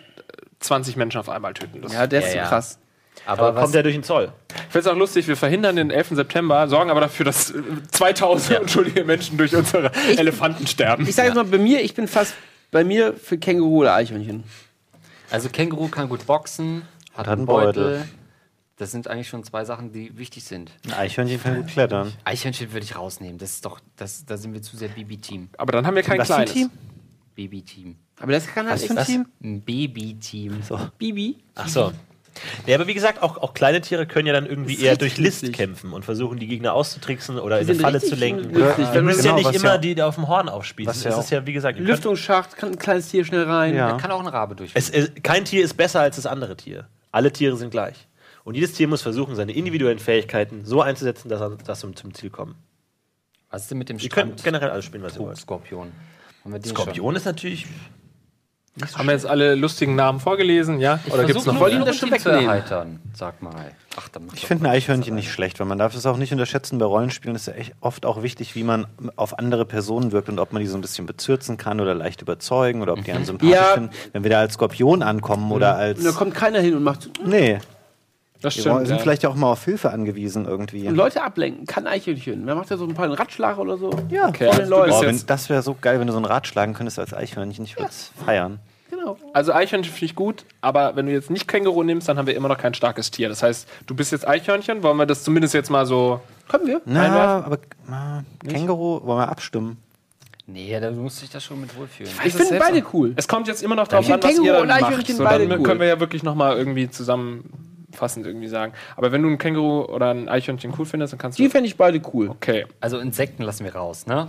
[SPEAKER 5] 20 Menschen auf einmal töten. Das
[SPEAKER 2] Ja, der ist
[SPEAKER 3] Ja,
[SPEAKER 2] so
[SPEAKER 3] ja.
[SPEAKER 2] krass.
[SPEAKER 1] Aber
[SPEAKER 3] was,
[SPEAKER 1] kommt er durch den Zoll?
[SPEAKER 5] Ich finde es auch lustig, wir verhindern den 11. September, sorgen aber dafür, dass 2000 entschuldige Menschen durch unsere Elefanten sterben.
[SPEAKER 2] Ich sage jetzt mal, ich bin fast bei mir für Känguru oder Eichhörnchen.
[SPEAKER 3] also Känguru kann gut boxen, hat einen Beutel. Das sind eigentlich schon 2 Sachen, die wichtig sind.
[SPEAKER 4] Ein Eichhörnchen kann gut klettern.
[SPEAKER 3] Eichhörnchen würde ich rausnehmen. Das ist doch, da sind wir zu sehr Baby-Team.
[SPEAKER 5] Aber dann haben wir kein
[SPEAKER 4] Was für ein
[SPEAKER 5] kleines.
[SPEAKER 4] Team?
[SPEAKER 3] Baby-Team.
[SPEAKER 2] Aber das kann halt
[SPEAKER 4] Was für ein
[SPEAKER 2] echt
[SPEAKER 4] Team?
[SPEAKER 3] Ein Baby-Team.
[SPEAKER 2] Bibi.
[SPEAKER 1] Ach so. Ja, aber wie gesagt, auch kleine Tiere können ja dann irgendwie
[SPEAKER 2] Das ist
[SPEAKER 1] eher
[SPEAKER 2] richtig
[SPEAKER 1] durch List
[SPEAKER 2] lustig.
[SPEAKER 1] kämpfen und versuchen, die Gegner auszutricksen oder in
[SPEAKER 2] Die
[SPEAKER 1] eine
[SPEAKER 2] sind
[SPEAKER 1] Falle
[SPEAKER 2] richtig
[SPEAKER 1] zu lenken.
[SPEAKER 2] lustig.
[SPEAKER 1] Du müsst
[SPEAKER 4] Genau,
[SPEAKER 1] ja nicht
[SPEAKER 4] was
[SPEAKER 1] immer
[SPEAKER 4] ja-
[SPEAKER 1] die auf dem Horn aufspießen.
[SPEAKER 4] Was ja
[SPEAKER 1] Es ist ja, wie gesagt, ihr könnt-
[SPEAKER 2] Lüftungsschacht, kann ein kleines Tier schnell rein.
[SPEAKER 4] Ja.
[SPEAKER 3] Da kann auch ein Rabe durch.
[SPEAKER 1] kein Tier ist besser als das andere Tier. Alle Tiere sind gleich. Und jedes Tier muss versuchen, seine individuellen Fähigkeiten so einzusetzen, dass er zum Ziel kommt.
[SPEAKER 3] Was ist denn mit dem
[SPEAKER 1] Ihr könnt generell alles spielen, was ihr wollt.
[SPEAKER 3] Skorpion? Haben wir den
[SPEAKER 1] Skorpion ist natürlich.
[SPEAKER 5] Haben wir jetzt alle lustigen Namen vorgelesen, ja? Oder gibt es noch
[SPEAKER 2] Wollen die
[SPEAKER 3] Wollen
[SPEAKER 2] das schon wegnehmen?
[SPEAKER 3] erheitern? Sag mal. Ach, dann mach
[SPEAKER 4] Ich
[SPEAKER 3] doch
[SPEAKER 4] finde ein
[SPEAKER 3] mal.
[SPEAKER 4] Eichhörnchen nicht schlecht, weil man darf es auch nicht unterschätzen. Bei Rollenspielen ist ja echt oft auch wichtig, wie man auf andere Personen wirkt und ob man die so ein bisschen bezürzen kann oder leicht überzeugen oder ob die einen sympathisch
[SPEAKER 2] Ja.
[SPEAKER 4] finden. Wenn wir da als Skorpion ankommen oder als...
[SPEAKER 2] Und da kommt keiner hin und macht
[SPEAKER 4] Nee,
[SPEAKER 5] Das
[SPEAKER 4] wir
[SPEAKER 5] stimmt.
[SPEAKER 4] sind
[SPEAKER 5] Ja.
[SPEAKER 4] vielleicht auch mal auf Hilfe angewiesen irgendwie.
[SPEAKER 2] und Leute ablenken. Kann Eichhörnchen. Wer macht ja so ein paar einen Ratschlag oder so?
[SPEAKER 4] Ja,
[SPEAKER 5] Okay,
[SPEAKER 2] Vor den
[SPEAKER 5] also du
[SPEAKER 2] Leuten.
[SPEAKER 5] bist
[SPEAKER 4] Boah,
[SPEAKER 5] jetzt,
[SPEAKER 4] das wäre so geil, wenn du so ein Rad schlagen könntest als Eichhörnchen. Ich würde es feiern.
[SPEAKER 2] Genau.
[SPEAKER 5] also Eichhörnchen finde ich gut, aber wenn du jetzt nicht Känguru nimmst, dann haben wir immer noch kein starkes Tier. Das heißt, du bist jetzt Eichhörnchen, wollen wir das zumindest jetzt mal so...
[SPEAKER 2] Kommen wir?
[SPEAKER 4] Na, aber Känguru, wollen wir abstimmen?
[SPEAKER 3] Nee, da musst du dich da schon mit wohlfühlen.
[SPEAKER 2] Ich finde beide cool.
[SPEAKER 5] Es kommt jetzt immer noch drauf
[SPEAKER 2] Ich
[SPEAKER 5] an,
[SPEAKER 2] find
[SPEAKER 5] was ihr
[SPEAKER 2] Känguru
[SPEAKER 5] dann
[SPEAKER 2] und
[SPEAKER 5] macht.
[SPEAKER 2] Eichhörnchen
[SPEAKER 5] So,
[SPEAKER 2] beide
[SPEAKER 5] dann
[SPEAKER 2] cool.
[SPEAKER 5] können wir ja wirklich noch mal irgendwie zusammenfassend irgendwie sagen. Aber wenn du ein Känguru oder ein Eichhörnchen cool findest, dann kannst du...
[SPEAKER 2] Die fände ich beide cool.
[SPEAKER 5] Okay.
[SPEAKER 3] Also Insekten lassen wir raus, ne?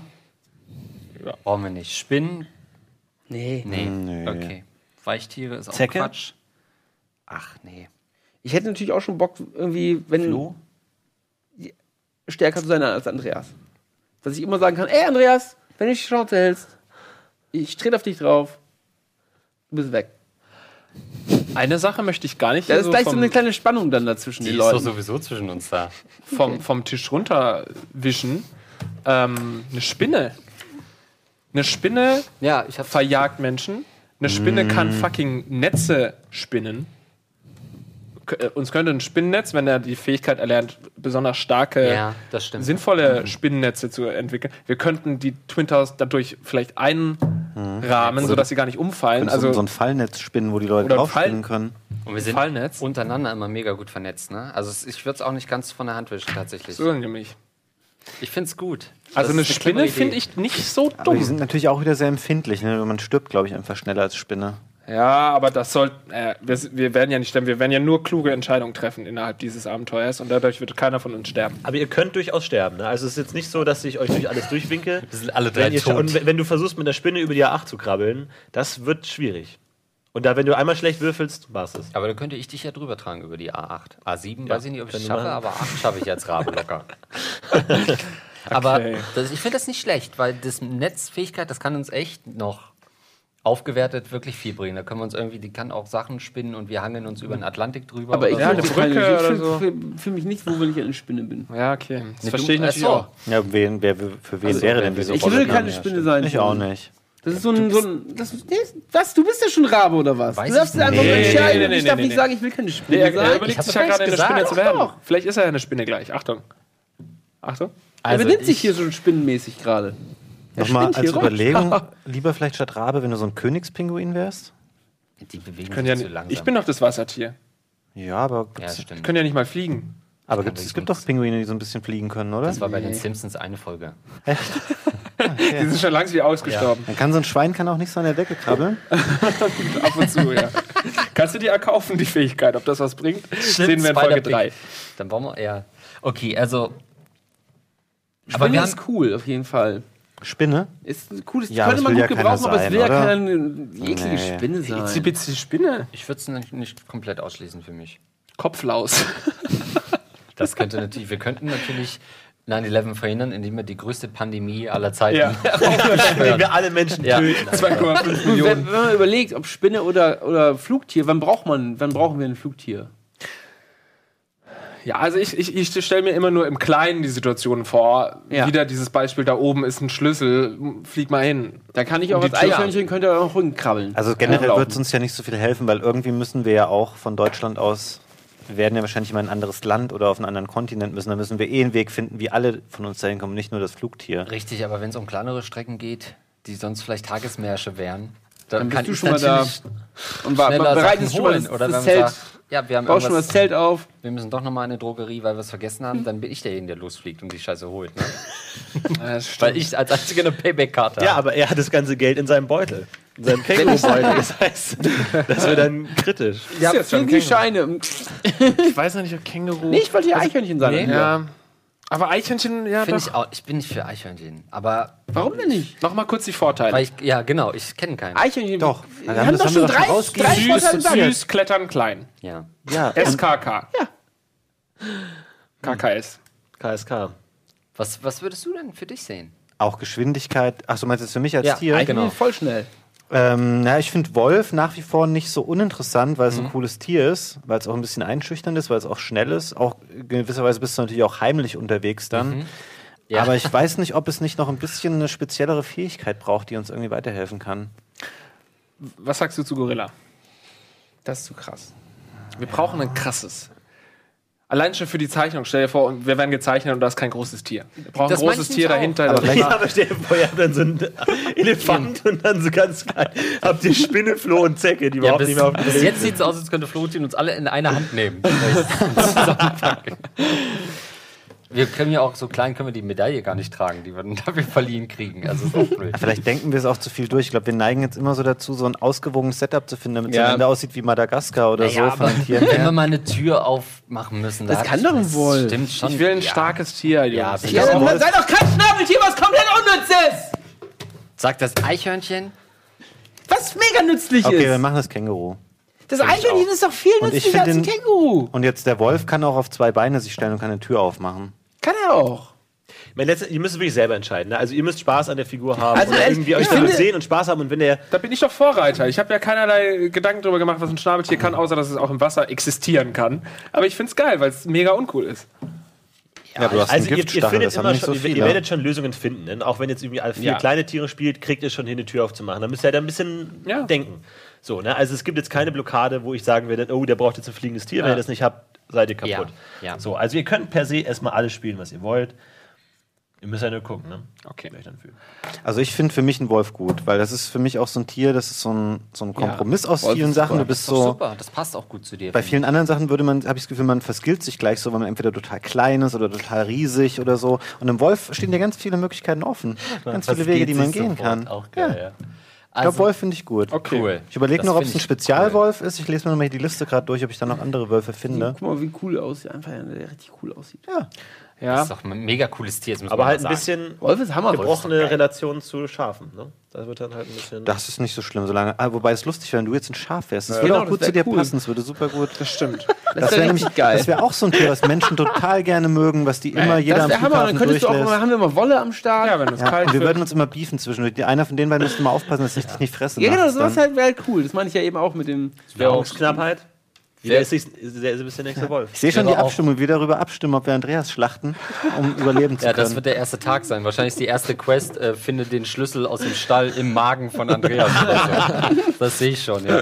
[SPEAKER 5] Ja.
[SPEAKER 3] Brauchen wir nicht. Spinnen?
[SPEAKER 2] Nee.
[SPEAKER 3] Nee. Okay. Weichtiere ist auch
[SPEAKER 1] Zecke?
[SPEAKER 3] Quatsch. Ach, nee.
[SPEAKER 2] Ich hätte natürlich auch schon Bock, irgendwie, wenn
[SPEAKER 1] Flo?
[SPEAKER 2] stärker zu sein als Andreas. Dass ich immer sagen kann, ey Andreas, wenn du die Schnauze hältst, ich trete auf dich drauf, du bist weg.
[SPEAKER 5] Eine Sache möchte ich gar nicht.
[SPEAKER 2] Da ist gleich so eine kleine Spannung dann dazwischen
[SPEAKER 3] Die
[SPEAKER 2] den
[SPEAKER 3] ist doch
[SPEAKER 2] Leuten.
[SPEAKER 3] sowieso zwischen uns da.
[SPEAKER 5] vom Tisch runterwischen. Eine Spinne. Eine Spinne verjagt Menschen. Eine Spinne kann fucking Netze spinnen. Uns könnte ein Spinnennetz, wenn er die Fähigkeit erlernt, besonders starke, sinnvolle Spinnennetze zu entwickeln. Wir könnten die Twin Towers dadurch vielleicht einrahmen, sodass sie gar nicht umfallen.
[SPEAKER 4] Also so ein Fallnetz spinnen, wo die Leute drauf spinnen können.
[SPEAKER 3] Und wir sind untereinander immer mega gut vernetzt. Ne? Also ich würde es auch nicht ganz von der Hand wischen, tatsächlich.
[SPEAKER 5] So nämlich.
[SPEAKER 3] Ich finde es gut.
[SPEAKER 5] Also eine Spinne finde ich nicht so dumm.
[SPEAKER 4] Aber die sind natürlich auch wieder sehr empfindlich. Ne? Man stirbt, glaube ich, einfach schneller als Spinne.
[SPEAKER 5] Ja, aber das soll. Wir werden ja nicht sterben. Wir werden ja nur kluge Entscheidungen treffen innerhalb dieses Abenteuers und dadurch wird keiner von uns sterben.
[SPEAKER 1] Aber ihr könnt durchaus sterben. Ne? Also es ist jetzt nicht so, dass ich euch durch alles durchwinke.
[SPEAKER 3] Wir sind alle drei tot.
[SPEAKER 1] Und wenn du versuchst, mit der Spinne über die A8 zu krabbeln, das wird schwierig. Und da, wenn du einmal schlecht würfelst, war's es.
[SPEAKER 3] Aber da könnte ich dich ja drüber tragen über die A8. A7 weiß ich nicht, ob ich es schaffe, aber 8 schaffe ich als Rabe locker. Aber ich finde das nicht schlecht, weil das Netzfähigkeit, das kann uns echt noch aufgewertet wirklich viel bringen. Da können wir uns irgendwie, die kann auch Sachen spinnen und wir hangeln uns über den Atlantik drüber.
[SPEAKER 2] Aber ich
[SPEAKER 5] eine Brücke oder so.
[SPEAKER 2] Fühle mich nicht wohl, wenn ich eine Spinne bin.
[SPEAKER 5] Ja, okay. Das verstehe ich natürlich auch.
[SPEAKER 4] Ja, für wen wäre denn diese
[SPEAKER 2] Ich will keine Spinne sein.
[SPEAKER 4] Ich auch nicht.
[SPEAKER 2] Das ist was? Du bist ja schon Rabe oder was?
[SPEAKER 3] Weiß
[SPEAKER 2] Du darfst
[SPEAKER 3] ich
[SPEAKER 2] einfach
[SPEAKER 3] nicht.
[SPEAKER 2] nur entscheiden.
[SPEAKER 5] Nee,
[SPEAKER 2] Ich darf
[SPEAKER 5] nee,
[SPEAKER 2] nicht
[SPEAKER 5] nee.
[SPEAKER 2] sagen, ich will keine Spinne
[SPEAKER 5] Er
[SPEAKER 2] sein.
[SPEAKER 5] überlegt sich ja gerade, eine Spinne zu werden. Vielleicht ist er ja eine Spinne gleich. Achtung.
[SPEAKER 2] Er benimmt sich hier schon spinnenmäßig gerade.
[SPEAKER 4] Nochmal als
[SPEAKER 2] hier rum.
[SPEAKER 4] Überlegung, lieber vielleicht statt Rabe, wenn du so ein Königspinguin wärst?
[SPEAKER 3] Die bewegen
[SPEAKER 5] Können
[SPEAKER 3] sich
[SPEAKER 5] ja
[SPEAKER 3] zu langsam.
[SPEAKER 5] ich bin doch das Wassertier.
[SPEAKER 4] Ja, aber
[SPEAKER 3] ja, stimmt.
[SPEAKER 5] Können ja nicht mal fliegen.
[SPEAKER 4] aber es gibt doch Pinguine, die so ein bisschen fliegen können, oder?
[SPEAKER 3] Das war bei den Simpsons eine Folge.
[SPEAKER 5] Die sind schon langsam wie ausgestorben.
[SPEAKER 4] So ein Schwein kann auch nicht so an der Decke krabbeln.
[SPEAKER 5] Ab und zu, ja. Kannst du dir erkaufen, die Fähigkeit? Ob das was bringt? Sehen wir in Folge 3.
[SPEAKER 3] Dann brauchen wir, ja. Okay, also.
[SPEAKER 2] Aber wir ist cool, auf jeden Fall.
[SPEAKER 4] Spinne?
[SPEAKER 2] Ist ein cooles,
[SPEAKER 4] Ja,
[SPEAKER 2] könnte
[SPEAKER 4] das
[SPEAKER 2] man
[SPEAKER 4] will
[SPEAKER 2] gut
[SPEAKER 4] ja
[SPEAKER 2] gebrauchen,
[SPEAKER 4] keiner
[SPEAKER 2] aber es will ja
[SPEAKER 4] sein,
[SPEAKER 2] keine eklige Spinne sein.
[SPEAKER 5] Die Spinne?
[SPEAKER 3] Ich würde es nicht komplett ausschließen für mich.
[SPEAKER 5] Kopflaus.
[SPEAKER 3] Das könnte natürlich, wir könnten natürlich 9/11 verhindern, indem wir die größte Pandemie aller Zeiten
[SPEAKER 1] Wenn wir alle Menschen töten.
[SPEAKER 5] 2,5 Millionen.
[SPEAKER 2] Wenn man überlegt, ob Spinne oder Flugtier, wann brauchen wir ein Flugtier?
[SPEAKER 5] Ja, also ich stelle mir immer nur im Kleinen die Situation vor.
[SPEAKER 2] Ja.
[SPEAKER 5] Wieder dieses Beispiel, da oben ist ein Schlüssel, flieg mal hin.
[SPEAKER 2] Da kann ich auch als Eichhörnchen, könnte auch Rücken krabbeln.
[SPEAKER 4] Also generell wird es uns ja nicht so viel helfen, weil irgendwie müssen wir ja auch von Deutschland aus, wir werden ja wahrscheinlich mal in ein anderes Land oder auf einen anderen Kontinent müssen, da müssen wir einen Weg finden, wie alle von uns dahin kommen, nicht nur das Flugtier.
[SPEAKER 3] Richtig, aber wenn es um kleinere Strecken geht, die sonst vielleicht Tagesmärsche wären, dann
[SPEAKER 2] bist
[SPEAKER 3] kann
[SPEAKER 2] du
[SPEAKER 3] ich
[SPEAKER 2] schon mal da
[SPEAKER 3] natürlich
[SPEAKER 2] und
[SPEAKER 3] schneller
[SPEAKER 2] bereitest
[SPEAKER 3] Sachen
[SPEAKER 2] schon mal
[SPEAKER 3] holen. Oder wenn
[SPEAKER 2] das
[SPEAKER 3] man
[SPEAKER 2] Zelt,
[SPEAKER 3] sagt, ja, wir haben
[SPEAKER 2] baust schon mal das Zelt auf.
[SPEAKER 3] wir müssen doch nochmal in eine Drogerie, weil wir es vergessen haben, dann bin ich derjenige, der losfliegt und die Scheiße holt. Ne? Weil ich als einziger eine Payback-Karte
[SPEAKER 1] Ja,
[SPEAKER 3] habe.
[SPEAKER 1] aber er hat das ganze Geld in seinem Beutel. In seinem Kängurubeutel. Das heißt, das wird dann kritisch.
[SPEAKER 2] Ja,
[SPEAKER 5] jetzt schon
[SPEAKER 2] die Scheine.
[SPEAKER 5] Ich weiß noch nicht, ob Känguru...
[SPEAKER 2] Nee, ich wollte hier Eichhörnchen sein.
[SPEAKER 3] Nee.
[SPEAKER 5] Ja. Aber Eichhörnchen, ja
[SPEAKER 3] Finde
[SPEAKER 5] doch.
[SPEAKER 3] ich auch. Ich bin nicht für Eichhörnchen. Aber
[SPEAKER 2] Warum denn nicht?
[SPEAKER 5] Nochmal kurz die Vorteile.
[SPEAKER 3] weil ich kenne keinen.
[SPEAKER 2] Eichhörnchen.
[SPEAKER 4] Doch.
[SPEAKER 2] Wir haben doch schon drei Vorteile gesagt.
[SPEAKER 5] Süß, klettern, klein.
[SPEAKER 3] Ja.
[SPEAKER 4] Ja,
[SPEAKER 5] SKK. Ja. KKS.
[SPEAKER 1] KSK.
[SPEAKER 3] Was würdest du denn für dich sehen?
[SPEAKER 4] auch Geschwindigkeit. Ach, du meinst jetzt für mich als
[SPEAKER 3] Ja,
[SPEAKER 4] Tier?
[SPEAKER 3] genau.
[SPEAKER 2] Voll schnell.
[SPEAKER 4] Ich finde Wolf nach wie vor nicht so uninteressant, weil es ein cooles Tier ist, weil es auch ein bisschen einschüchternd ist, weil es auch schnell ist. Auch in gewisser Weise bist du natürlich auch heimlich unterwegs dann.
[SPEAKER 3] Ja.
[SPEAKER 4] Aber ich weiß nicht, ob es nicht noch ein bisschen eine speziellere Fähigkeit braucht, die uns irgendwie weiterhelfen kann.
[SPEAKER 5] Was sagst du zu Gorilla?
[SPEAKER 2] Das ist zu krass.
[SPEAKER 5] Wir brauchen ein krasses. Allein schon für die Zeichnung. Stell dir vor, wir werden gezeichnet und da ist kein großes Tier. Wir brauchen
[SPEAKER 3] Das
[SPEAKER 5] ein großes
[SPEAKER 3] meine ich
[SPEAKER 5] Tier
[SPEAKER 3] nämlich
[SPEAKER 5] dahinter.
[SPEAKER 4] Aber vielleicht-
[SPEAKER 1] Ja, aber stell dir vor, ihr habt dann so einen Elefant und dann so ganz klein. Habt ihr Spinne, Floh und Zecke, die
[SPEAKER 3] Ja,
[SPEAKER 1] überhaupt
[SPEAKER 3] bis,
[SPEAKER 1] nicht mehr auf
[SPEAKER 3] bis jetzt sieht es aus, als könnte Florentin uns alle in eine Hand nehmen. Zusammenpacken. Wir können ja auch, so klein können wir die Medaille gar nicht tragen, die wir dann dafür verliehen kriegen. Also ist auch blöd.
[SPEAKER 4] Vielleicht denken wir es auch zu viel durch. Ich glaube, wir neigen jetzt immer so dazu, so ein ausgewogenes Setup zu finden, damit es
[SPEAKER 2] Ja.
[SPEAKER 4] am Ende aussieht wie Madagaskar oder
[SPEAKER 3] Naja,
[SPEAKER 4] so von
[SPEAKER 3] aber
[SPEAKER 4] den Tieren
[SPEAKER 3] wenn wir
[SPEAKER 4] her.
[SPEAKER 3] mal eine Tür aufmachen müssen,
[SPEAKER 2] Das kann doch ein Wolf.
[SPEAKER 3] Stimmt schon.
[SPEAKER 5] Ich will ein
[SPEAKER 3] Ja.
[SPEAKER 5] starkes Tier, Jungs.
[SPEAKER 3] Ja,
[SPEAKER 5] Ich
[SPEAKER 3] ja,
[SPEAKER 5] glaub,
[SPEAKER 2] dann sei doch kein Schnabeltier, was komplett unnütz ist!
[SPEAKER 3] Sagt das Eichhörnchen?
[SPEAKER 2] Was mega nützlich
[SPEAKER 4] Okay, wir
[SPEAKER 2] ist.
[SPEAKER 4] machen das Känguru.
[SPEAKER 2] Das Eichhörnchen ist doch viel
[SPEAKER 4] Und ich
[SPEAKER 2] nützlicher als ein
[SPEAKER 4] find
[SPEAKER 2] Känguru.
[SPEAKER 4] Und jetzt der Wolf kann auch auf 2 Beine sich stellen und kann eine Tür aufmachen.
[SPEAKER 2] Kann er auch.
[SPEAKER 1] Ihr müsst es wirklich selber entscheiden. Ne? Also ihr müsst Spaß an der Figur haben
[SPEAKER 2] Also
[SPEAKER 1] und
[SPEAKER 2] ehrlich,
[SPEAKER 1] irgendwie euch damit sehen und Spaß haben. Und wenn der
[SPEAKER 5] Da bin ich doch Vorreiter. Ich habe ja keinerlei Gedanken darüber gemacht, was ein Schnabeltier kann, außer dass es auch im Wasser existieren kann. Aber ich find's geil, weil es mega uncool ist.
[SPEAKER 4] Ja, du hast
[SPEAKER 1] also
[SPEAKER 4] einen
[SPEAKER 1] ihr
[SPEAKER 4] Giftstachel,
[SPEAKER 1] findet
[SPEAKER 4] das haben
[SPEAKER 1] immer
[SPEAKER 4] nicht so
[SPEAKER 1] schon, ihr
[SPEAKER 4] viele.
[SPEAKER 1] werdet schon Lösungen finden. Ne? Auch wenn jetzt irgendwie alle 4 kleine Tiere spielt, kriegt ihr schon hin, eine Tür aufzumachen. Da müsst ihr halt ein bisschen denken. So, ne? Also es gibt jetzt keine Blockade, wo ich sagen werde, oh, der braucht jetzt ein fliegendes Tier, wenn ihr das nicht habt, seid ihr kaputt.
[SPEAKER 3] Ja.
[SPEAKER 1] So, also ihr könnt per se erstmal alles spielen, was ihr wollt. Ihr müsst ja nur gucken, ne?
[SPEAKER 5] Okay.
[SPEAKER 1] Wie euch dann fühlt.
[SPEAKER 4] Also ich finde für mich einen Wolf gut, weil das ist für mich auch so ein Tier, das ist so ein Kompromiss aus
[SPEAKER 2] Wolf
[SPEAKER 4] vielen
[SPEAKER 2] ist
[SPEAKER 4] Sachen.
[SPEAKER 2] super.
[SPEAKER 4] Du bist
[SPEAKER 3] Doch
[SPEAKER 4] so.
[SPEAKER 3] super, das passt auch gut zu dir.
[SPEAKER 4] Bei
[SPEAKER 3] finde
[SPEAKER 4] vielen anderen Sachen habe ich das Gefühl, man verskillt sich gleich so, weil man entweder total klein ist oder total riesig oder so. Und im Wolf stehen dir ganz viele Möglichkeiten offen. Ganz viele Wege, die man gehen kann.
[SPEAKER 1] Auch geil, ja.
[SPEAKER 4] Ich glaube, Wolf finde ich gut.
[SPEAKER 5] Okay.
[SPEAKER 3] Cool.
[SPEAKER 4] Ich überlege
[SPEAKER 3] Das
[SPEAKER 4] noch, ob
[SPEAKER 3] find
[SPEAKER 4] es ein
[SPEAKER 3] ich
[SPEAKER 4] Spezialwolf ist. Ich lese mir nochmal die Liste gerade durch, ob ich da noch andere Wölfe finde.
[SPEAKER 2] Guck mal, wie cool aussieht. Einfach einer, der richtig cool aussieht.
[SPEAKER 4] Ja.
[SPEAKER 3] Das
[SPEAKER 5] Ja.
[SPEAKER 3] ist doch ein mega cooles Tier. Jetzt muss
[SPEAKER 1] Aber
[SPEAKER 3] man
[SPEAKER 1] halt
[SPEAKER 3] mal
[SPEAKER 1] ein
[SPEAKER 3] sagen.
[SPEAKER 1] bisschen
[SPEAKER 2] Wolf ist Hammer.
[SPEAKER 1] gebrochene Relation zu Schafen. Ne? Das wird dann halt ein bisschen.
[SPEAKER 4] Das ist nicht so schlimm, solange. Wobei es lustig wäre, wenn du jetzt ein Schaf wärst. Das
[SPEAKER 2] Genau,
[SPEAKER 4] würde auch
[SPEAKER 2] das
[SPEAKER 4] gut
[SPEAKER 2] wär
[SPEAKER 4] zu dir
[SPEAKER 2] cool.
[SPEAKER 4] passen. Das würde super gut.
[SPEAKER 5] Das stimmt.
[SPEAKER 4] Das wäre nämlich
[SPEAKER 2] geil.
[SPEAKER 4] Das wäre auch so ein Tier, was Menschen total gerne mögen, was die immer jeder
[SPEAKER 2] Das
[SPEAKER 4] am
[SPEAKER 2] wäre Hammer. Dann
[SPEAKER 4] Flughafen
[SPEAKER 2] könntest du auch
[SPEAKER 4] durchlässt.
[SPEAKER 2] mal, haben wir mal Wolle am Start.
[SPEAKER 5] Ja, wenn es
[SPEAKER 4] Ja,
[SPEAKER 5] kalt
[SPEAKER 4] und wir
[SPEAKER 5] wird.
[SPEAKER 4] würden uns immer beefen zwischendurch. Einer von den beiden müsste mal aufpassen, dass ich dich nicht fresse.
[SPEAKER 2] Ja, genau,
[SPEAKER 4] nachts
[SPEAKER 2] sowas
[SPEAKER 4] dann.
[SPEAKER 2] wäre halt cool. Das meine ich ja eben auch mit dem.
[SPEAKER 1] Nahrungsknappheit. Wer ist der nächste Wolf?
[SPEAKER 4] Ich sehe schon die
[SPEAKER 3] wäre auch-
[SPEAKER 4] Abstimmung, wie wir darüber abstimmen, ob wir Andreas schlachten, um überleben zu
[SPEAKER 3] Ja,
[SPEAKER 4] können.
[SPEAKER 3] das wird der erste Tag sein. Wahrscheinlich ist die erste Quest, finde den Schlüssel aus dem Stall im Magen von Andreas oder so. Das sehe ich schon, ja.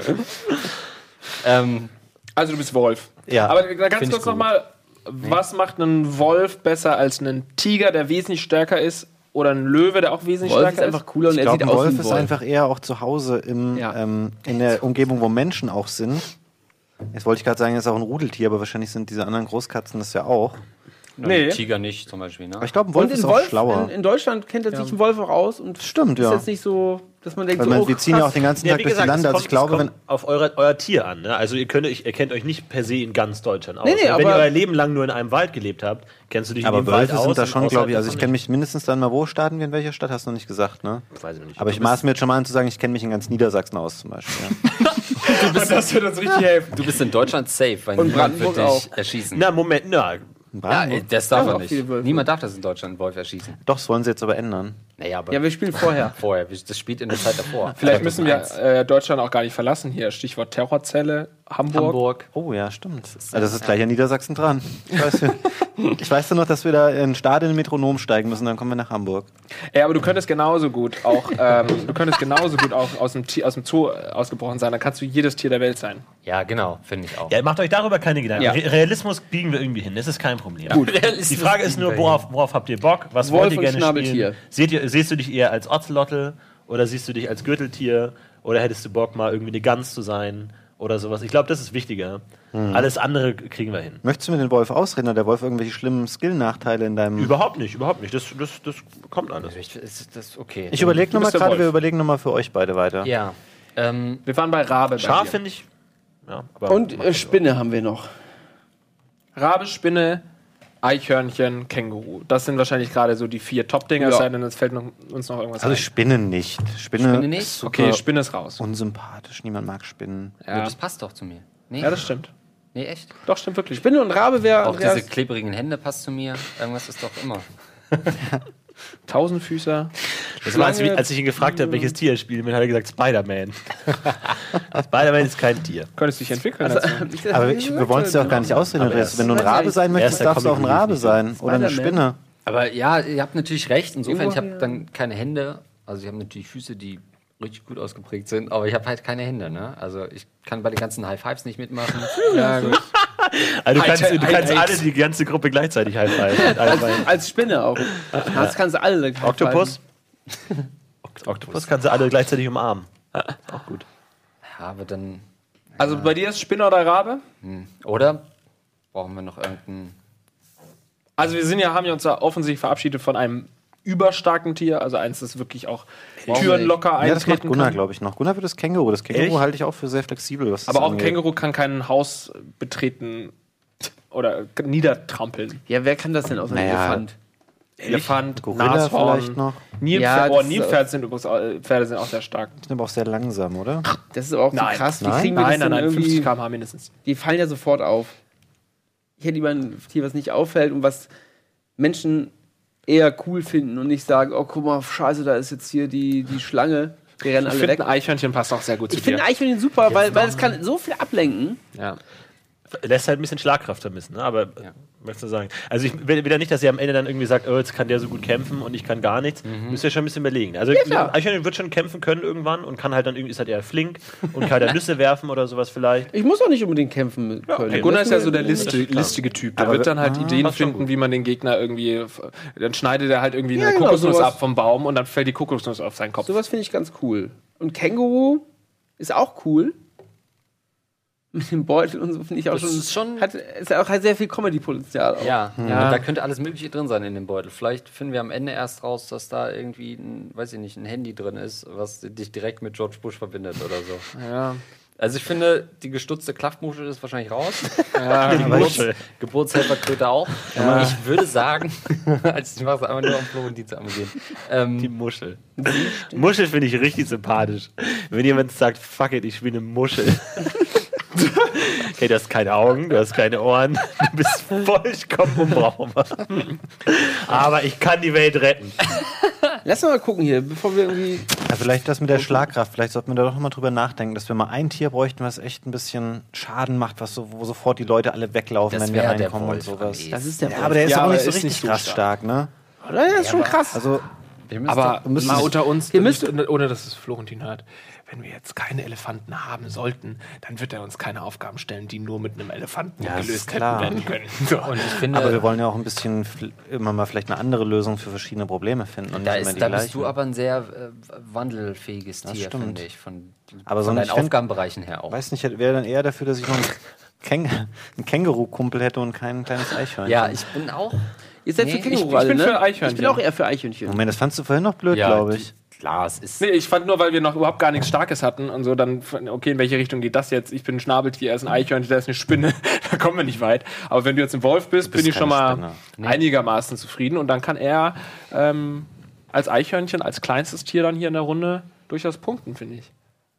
[SPEAKER 5] Also du bist Wolf.
[SPEAKER 4] Ja.
[SPEAKER 5] Aber ganz
[SPEAKER 3] Find ich
[SPEAKER 5] kurz
[SPEAKER 3] gut.
[SPEAKER 5] nochmal, was macht einen Wolf besser als einen Tiger, der wesentlich stärker ist? Oder ein Löwe, der auch wesentlich
[SPEAKER 2] Wolf ist
[SPEAKER 5] stärker
[SPEAKER 2] einfach cooler und
[SPEAKER 4] Ich
[SPEAKER 2] er
[SPEAKER 4] glaube,
[SPEAKER 2] sieht
[SPEAKER 4] ein
[SPEAKER 2] aus wie
[SPEAKER 4] Wolf
[SPEAKER 2] ein
[SPEAKER 4] ist
[SPEAKER 2] Wolf.
[SPEAKER 4] einfach eher auch zu Hause in der Umgebung, wo Menschen auch sind. Jetzt wollte ich gerade sagen, er ist auch ein Rudeltier, aber wahrscheinlich sind diese anderen Großkatzen das ja auch.
[SPEAKER 5] Nee.
[SPEAKER 3] Tiger nicht zum Beispiel, ne?
[SPEAKER 4] Aber ich glaube, ein Wolf
[SPEAKER 2] Und
[SPEAKER 4] ist
[SPEAKER 2] in
[SPEAKER 4] auch schlauer.
[SPEAKER 2] in Deutschland kennt er sich ein Wolf auch aus und
[SPEAKER 4] Stimmt,
[SPEAKER 2] ist
[SPEAKER 4] ja.
[SPEAKER 2] jetzt nicht so, dass man denkt,
[SPEAKER 4] Weil
[SPEAKER 2] so,
[SPEAKER 4] wir ziehen ja auch den ganzen Tag durch die Lande. Also ich glaube,
[SPEAKER 1] es
[SPEAKER 4] wenn
[SPEAKER 1] kommt auf euer Tier an. Ne? Also ihr kennt euch nicht per se in ganz Deutschland aus.
[SPEAKER 2] Nee,
[SPEAKER 1] Wenn ihr
[SPEAKER 2] aber-
[SPEAKER 1] euer Leben lang nur in einem Wald gelebt habt, kennst du dich
[SPEAKER 4] aber
[SPEAKER 1] in dem Wald
[SPEAKER 4] Wölfe
[SPEAKER 1] aus.
[SPEAKER 4] sind da
[SPEAKER 1] und
[SPEAKER 4] schon,
[SPEAKER 1] außerhalb
[SPEAKER 4] glaube ich. Also ich
[SPEAKER 1] davon
[SPEAKER 4] kenne mich mindestens dann mal, wo starten wir, in welcher Stadt, hast du noch nicht gesagt, ne?
[SPEAKER 1] nicht. Weiß ich nicht.
[SPEAKER 4] Aber ich maß mir jetzt schon mal an zu sagen, ich kenne mich in ganz Niedersachsen aus zum Beispiel. Ja.
[SPEAKER 5] Das wird uns richtig helfen.
[SPEAKER 3] Du bist in Deutschland safe, weil
[SPEAKER 2] Und
[SPEAKER 3] niemand wird
[SPEAKER 2] Brandenburg
[SPEAKER 3] dich erschießen.
[SPEAKER 1] Na, Moment, na.
[SPEAKER 4] In
[SPEAKER 3] Ja,
[SPEAKER 4] Brandenburg?
[SPEAKER 3] das darf
[SPEAKER 2] Ja,
[SPEAKER 3] er
[SPEAKER 2] auch viele
[SPEAKER 3] nicht.
[SPEAKER 2] Wölfe.
[SPEAKER 3] Niemand darf das in Deutschland einen Wolf erschießen.
[SPEAKER 4] Doch, das wollen sie jetzt aber ändern.
[SPEAKER 3] Naja, aber
[SPEAKER 2] ja, wir spielen vorher.
[SPEAKER 3] vorher. Das spielt in der Zeit davor.
[SPEAKER 5] Vielleicht müssen
[SPEAKER 3] 2001.
[SPEAKER 5] wir Deutschland auch gar nicht verlassen hier. Stichwort Terrorzelle, Hamburg.
[SPEAKER 3] Hamburg.
[SPEAKER 4] Oh ja, stimmt. Das ist gleich an Niedersachsen dran. Ich weiß nur noch, dass wir da in Stade in den Metronom steigen müssen, dann kommen wir nach Hamburg.
[SPEAKER 5] Ja, aber du könntest genauso gut auch, aus dem Zoo ausgebrochen sein. Dann kannst du jedes Tier der Welt sein.
[SPEAKER 3] Ja, genau, finde ich auch.
[SPEAKER 1] Ja, macht euch darüber keine Gedanken.
[SPEAKER 2] Ja.
[SPEAKER 1] Realismus biegen wir irgendwie hin, das ist kein Problem.
[SPEAKER 3] Realismus
[SPEAKER 1] Die Frage ist nur,
[SPEAKER 3] biegen wir
[SPEAKER 1] worauf habt ihr Bock? Was
[SPEAKER 2] Wolf
[SPEAKER 1] wollt ihr
[SPEAKER 2] und
[SPEAKER 1] gerne
[SPEAKER 2] Schnabeltier.
[SPEAKER 1] spielen? Siehst du dich eher als Ozelotl oder siehst du dich als Gürteltier oder hättest du Bock, mal irgendwie eine Gans zu sein oder sowas? Ich glaube, das ist wichtiger. Alles andere kriegen wir hin.
[SPEAKER 4] Möchtest du mir den Wolf ausreden? Hat der Wolf irgendwelche schlimmen Skill-Nachteile in deinem...
[SPEAKER 1] Überhaupt nicht. Das kommt alles.
[SPEAKER 3] Ist das okay?
[SPEAKER 4] Ich überlege
[SPEAKER 5] Du
[SPEAKER 4] nochmal
[SPEAKER 5] bist der
[SPEAKER 4] gerade,
[SPEAKER 5] Wolf.
[SPEAKER 4] wir überlegen nochmal für euch beide weiter.
[SPEAKER 3] Ja.
[SPEAKER 5] Wir waren bei Rabe.
[SPEAKER 1] Schaf
[SPEAKER 5] bei dir.
[SPEAKER 1] finde ich. Ja, aber
[SPEAKER 2] Und Spinne haben wir noch.
[SPEAKER 5] Rabe, Spinne, Eichhörnchen, Känguru. Das sind wahrscheinlich gerade so die 4 Top-Dinger,
[SPEAKER 2] Ja.
[SPEAKER 5] es sei denn, es fällt uns noch irgendwas
[SPEAKER 4] Also
[SPEAKER 5] ein.
[SPEAKER 4] Spinnen nicht.
[SPEAKER 3] Spinne nicht?
[SPEAKER 4] ist super
[SPEAKER 5] Okay, Spinne ist raus.
[SPEAKER 4] unsympathisch. Niemand mag Spinnen.
[SPEAKER 3] Ja.
[SPEAKER 5] Ja.
[SPEAKER 3] Das passt doch zu mir. Nee,
[SPEAKER 5] Ja, das stimmt.
[SPEAKER 3] nee echt?
[SPEAKER 5] Doch, stimmt wirklich.
[SPEAKER 2] Spinne und Rabe wäre
[SPEAKER 3] Auch
[SPEAKER 2] Andreas.
[SPEAKER 3] diese klebrigen Hände passt zu mir. Irgendwas ist doch immer.
[SPEAKER 5] Tausendfüßer.
[SPEAKER 1] das war, als ich ihn gefragt habe, welches Tier er spielen will, hat er gesagt Spider-Man. Spider-Man ist kein Tier.
[SPEAKER 5] Könntest dich entwickeln.
[SPEAKER 2] Also,
[SPEAKER 5] dazu.
[SPEAKER 4] Aber wir wollen es dir auch gar nicht ausreden,
[SPEAKER 1] Aber
[SPEAKER 4] Andreas.
[SPEAKER 1] er
[SPEAKER 4] Wenn du ein
[SPEAKER 2] ist-
[SPEAKER 4] Rabe sein
[SPEAKER 1] er
[SPEAKER 4] möchtest,
[SPEAKER 1] ist der
[SPEAKER 4] darfst du auch ein
[SPEAKER 1] Comic
[SPEAKER 4] Rabe
[SPEAKER 1] Relief
[SPEAKER 4] sein. Oder eine
[SPEAKER 2] Spider-Man.
[SPEAKER 4] Spinne.
[SPEAKER 3] Aber ja, ihr habt natürlich recht. Insofern, ich habe
[SPEAKER 2] Irgendwo,
[SPEAKER 3] dann keine Hände. Also ich habe natürlich Füße, die richtig gut ausgeprägt sind, aber ich habe halt keine Hände. Ne? Also ich kann bei den ganzen High Fives nicht mitmachen.
[SPEAKER 5] Ja, gut.
[SPEAKER 1] Also du kannst
[SPEAKER 5] High-Eight.
[SPEAKER 1] alle die ganze Gruppe gleichzeitig high-five.
[SPEAKER 2] Als Spinne auch. Das kannst du alle.
[SPEAKER 1] Oktopus? Oktopus kannst du alle gleichzeitig umarmen. Auch gut.
[SPEAKER 3] Ja, aber dann.
[SPEAKER 5] Also bei dir ist Spinne oder Rabe?
[SPEAKER 3] Oder brauchen wir noch irgendeinen.
[SPEAKER 5] Also haben ja uns da offensichtlich verabschiedet von einem überstarken Tier, also eins, das wirklich auch Türen locker
[SPEAKER 4] Ja, das macht
[SPEAKER 5] eintreten
[SPEAKER 4] Gunnar,
[SPEAKER 5] kann.
[SPEAKER 4] glaube ich, noch. Gunnar wird das Känguru. Das Känguru
[SPEAKER 1] Echt?
[SPEAKER 4] halte ich auch für sehr flexibel. Was das
[SPEAKER 5] Aber auch ein
[SPEAKER 4] angeht.
[SPEAKER 5] Känguru kann kein Haus betreten oder niedertrampeln.
[SPEAKER 2] Ja, wer kann das denn aus einem
[SPEAKER 4] Naja.
[SPEAKER 2] Elefant?
[SPEAKER 5] Elefant,
[SPEAKER 4] Gorilla
[SPEAKER 5] Nashorn,
[SPEAKER 4] vielleicht noch.
[SPEAKER 5] Nilpferd.
[SPEAKER 2] Ja, das ist
[SPEAKER 5] Nilpferd sind übrigens Pferde sind auch sehr stark.
[SPEAKER 4] Die sind aber auch sehr langsam, oder?
[SPEAKER 2] Das ist aber auch so
[SPEAKER 5] Nein.
[SPEAKER 2] krass. Wie
[SPEAKER 4] Nein?
[SPEAKER 2] kriegen wir das
[SPEAKER 5] Nein,
[SPEAKER 2] denn
[SPEAKER 5] 50
[SPEAKER 2] irgendwie?
[SPEAKER 5] km/h mindestens.
[SPEAKER 2] Die fallen ja sofort auf. Ich hätte lieber ein Tier, was nicht auffällt und was Menschen eher cool finden und nicht sagen, oh, guck mal, scheiße, da ist jetzt hier die Schlange. Wir rennen alle weg.
[SPEAKER 5] Ein Eichhörnchen passt auch sehr gut zu dir.
[SPEAKER 2] Ich finde ein Eichhörnchen super, weil es kann so viel ablenken.
[SPEAKER 5] Ja.
[SPEAKER 1] Lässt halt ein bisschen Schlagkraft vermissen, ne? Aber möchtest du sagen? Also ich will ja nicht, dass ihr am Ende dann irgendwie sagt, oh, jetzt kann der so gut kämpfen und ich kann gar nichts. Müsst ihr schon ein bisschen überlegen. Also Eichhörnchen wird schon kämpfen können irgendwann und kann halt dann irgendwie, ist halt eher flink und kann halt Nüsse werfen oder sowas vielleicht.
[SPEAKER 2] Ich muss auch nicht unbedingt kämpfen können.
[SPEAKER 1] okay.
[SPEAKER 5] Gunnar ist ja so der listige Typ. Der wird dann halt Ideen finden, wie man den Gegner irgendwie, dann schneidet er halt irgendwie eine Kokosnuss ab vom Baum und dann fällt die Kokosnuss auf seinen Kopf.
[SPEAKER 2] Sowas finde ich ganz cool. Und Känguru ist auch cool. Mit dem Beutel und so finde ich auch ist auch halt sehr viel Comedy-Potenzial.
[SPEAKER 3] Ja. Und da könnte alles Mögliche drin sein in dem Beutel. Vielleicht finden wir am Ende erst raus, dass da irgendwie ein Handy drin ist, was dich direkt mit George Bush verbindet oder so.
[SPEAKER 5] Ja.
[SPEAKER 3] Also ich finde, die gestutzte Klaffmuschel ist wahrscheinlich raus.
[SPEAKER 1] Die
[SPEAKER 3] Geburtshelferkröte auch. Ja. Ich würde sagen, ich mache es einfach nur um Florentin zu amüsieren.
[SPEAKER 1] Die Muschel. Muschel finde ich richtig sympathisch. Wenn jemand sagt, fuck it, ich spiele eine Muschel. Okay, du hast keine Augen, du hast keine Ohren, du bist vollkommen unbrauchbar. Aber ich kann die Welt retten.
[SPEAKER 2] Lass mal gucken hier, bevor wir irgendwie...
[SPEAKER 4] Ja, vielleicht das mit der Schlagkraft, vielleicht sollten wir da doch mal drüber nachdenken, dass wir mal ein Tier bräuchten, was echt ein bisschen Schaden macht, wo sofort die Leute alle weglaufen, wenn wir reinkommen und sowas.
[SPEAKER 2] Das ist der
[SPEAKER 4] Ja, aber der ist auch nicht so
[SPEAKER 5] ist
[SPEAKER 4] richtig
[SPEAKER 5] nicht
[SPEAKER 4] krass stark, ne?
[SPEAKER 2] Oder? Der ist schon krass.
[SPEAKER 4] Also,
[SPEAKER 5] Aber mal unter uns,
[SPEAKER 2] Ihr müsst-
[SPEAKER 5] ohne dass es Florentin hört, wenn wir jetzt keine Elefanten haben sollten, dann wird er uns keine Aufgaben stellen, die nur mit einem Elefanten
[SPEAKER 4] Ja, das
[SPEAKER 5] gelöst
[SPEAKER 4] ist klar.
[SPEAKER 5] werden können. So.
[SPEAKER 3] Und ich finde,
[SPEAKER 4] aber wir wollen ja auch ein bisschen immer mal vielleicht eine andere Lösung für verschiedene Probleme finden und
[SPEAKER 3] da,
[SPEAKER 4] nicht immer die
[SPEAKER 3] da
[SPEAKER 4] gleichen.
[SPEAKER 3] bist du aber ein sehr wandelfähiges Tier,
[SPEAKER 4] stimmt.
[SPEAKER 3] finde ich. Von
[SPEAKER 4] Aber so
[SPEAKER 3] deinen
[SPEAKER 4] ich find-
[SPEAKER 3] Aufgabenbereichen her auch.
[SPEAKER 4] Weiß nicht, wäre dann eher dafür, dass ich noch einen Känguru-Kumpel hätte und kein kleines Eichhörnchen.
[SPEAKER 3] Ja, ich bin auch.
[SPEAKER 2] Ihr seid
[SPEAKER 3] Nee,
[SPEAKER 2] für Känguru
[SPEAKER 5] ich
[SPEAKER 2] alle,
[SPEAKER 5] bin
[SPEAKER 2] ne?
[SPEAKER 5] für Eichhörnchen.
[SPEAKER 2] Ich bin auch eher für Eichhörnchen.
[SPEAKER 4] Moment, das fandst du vorhin noch blöd, glaube ich.
[SPEAKER 3] Klar, es ist.
[SPEAKER 5] Nee, ich fand nur, weil wir noch überhaupt gar nichts Starkes hatten und so, dann, okay, in welche Richtung geht das jetzt? Ich bin ein Schnabeltier, er ist ein Eichhörnchen, der ist eine Spinne, da kommen wir nicht weit. Aber wenn du jetzt ein Wolf bist, bin ich schon mal einigermaßen zufrieden und dann kann er als Eichhörnchen, als kleinstes Tier dann hier in der Runde durchaus punkten, finde ich.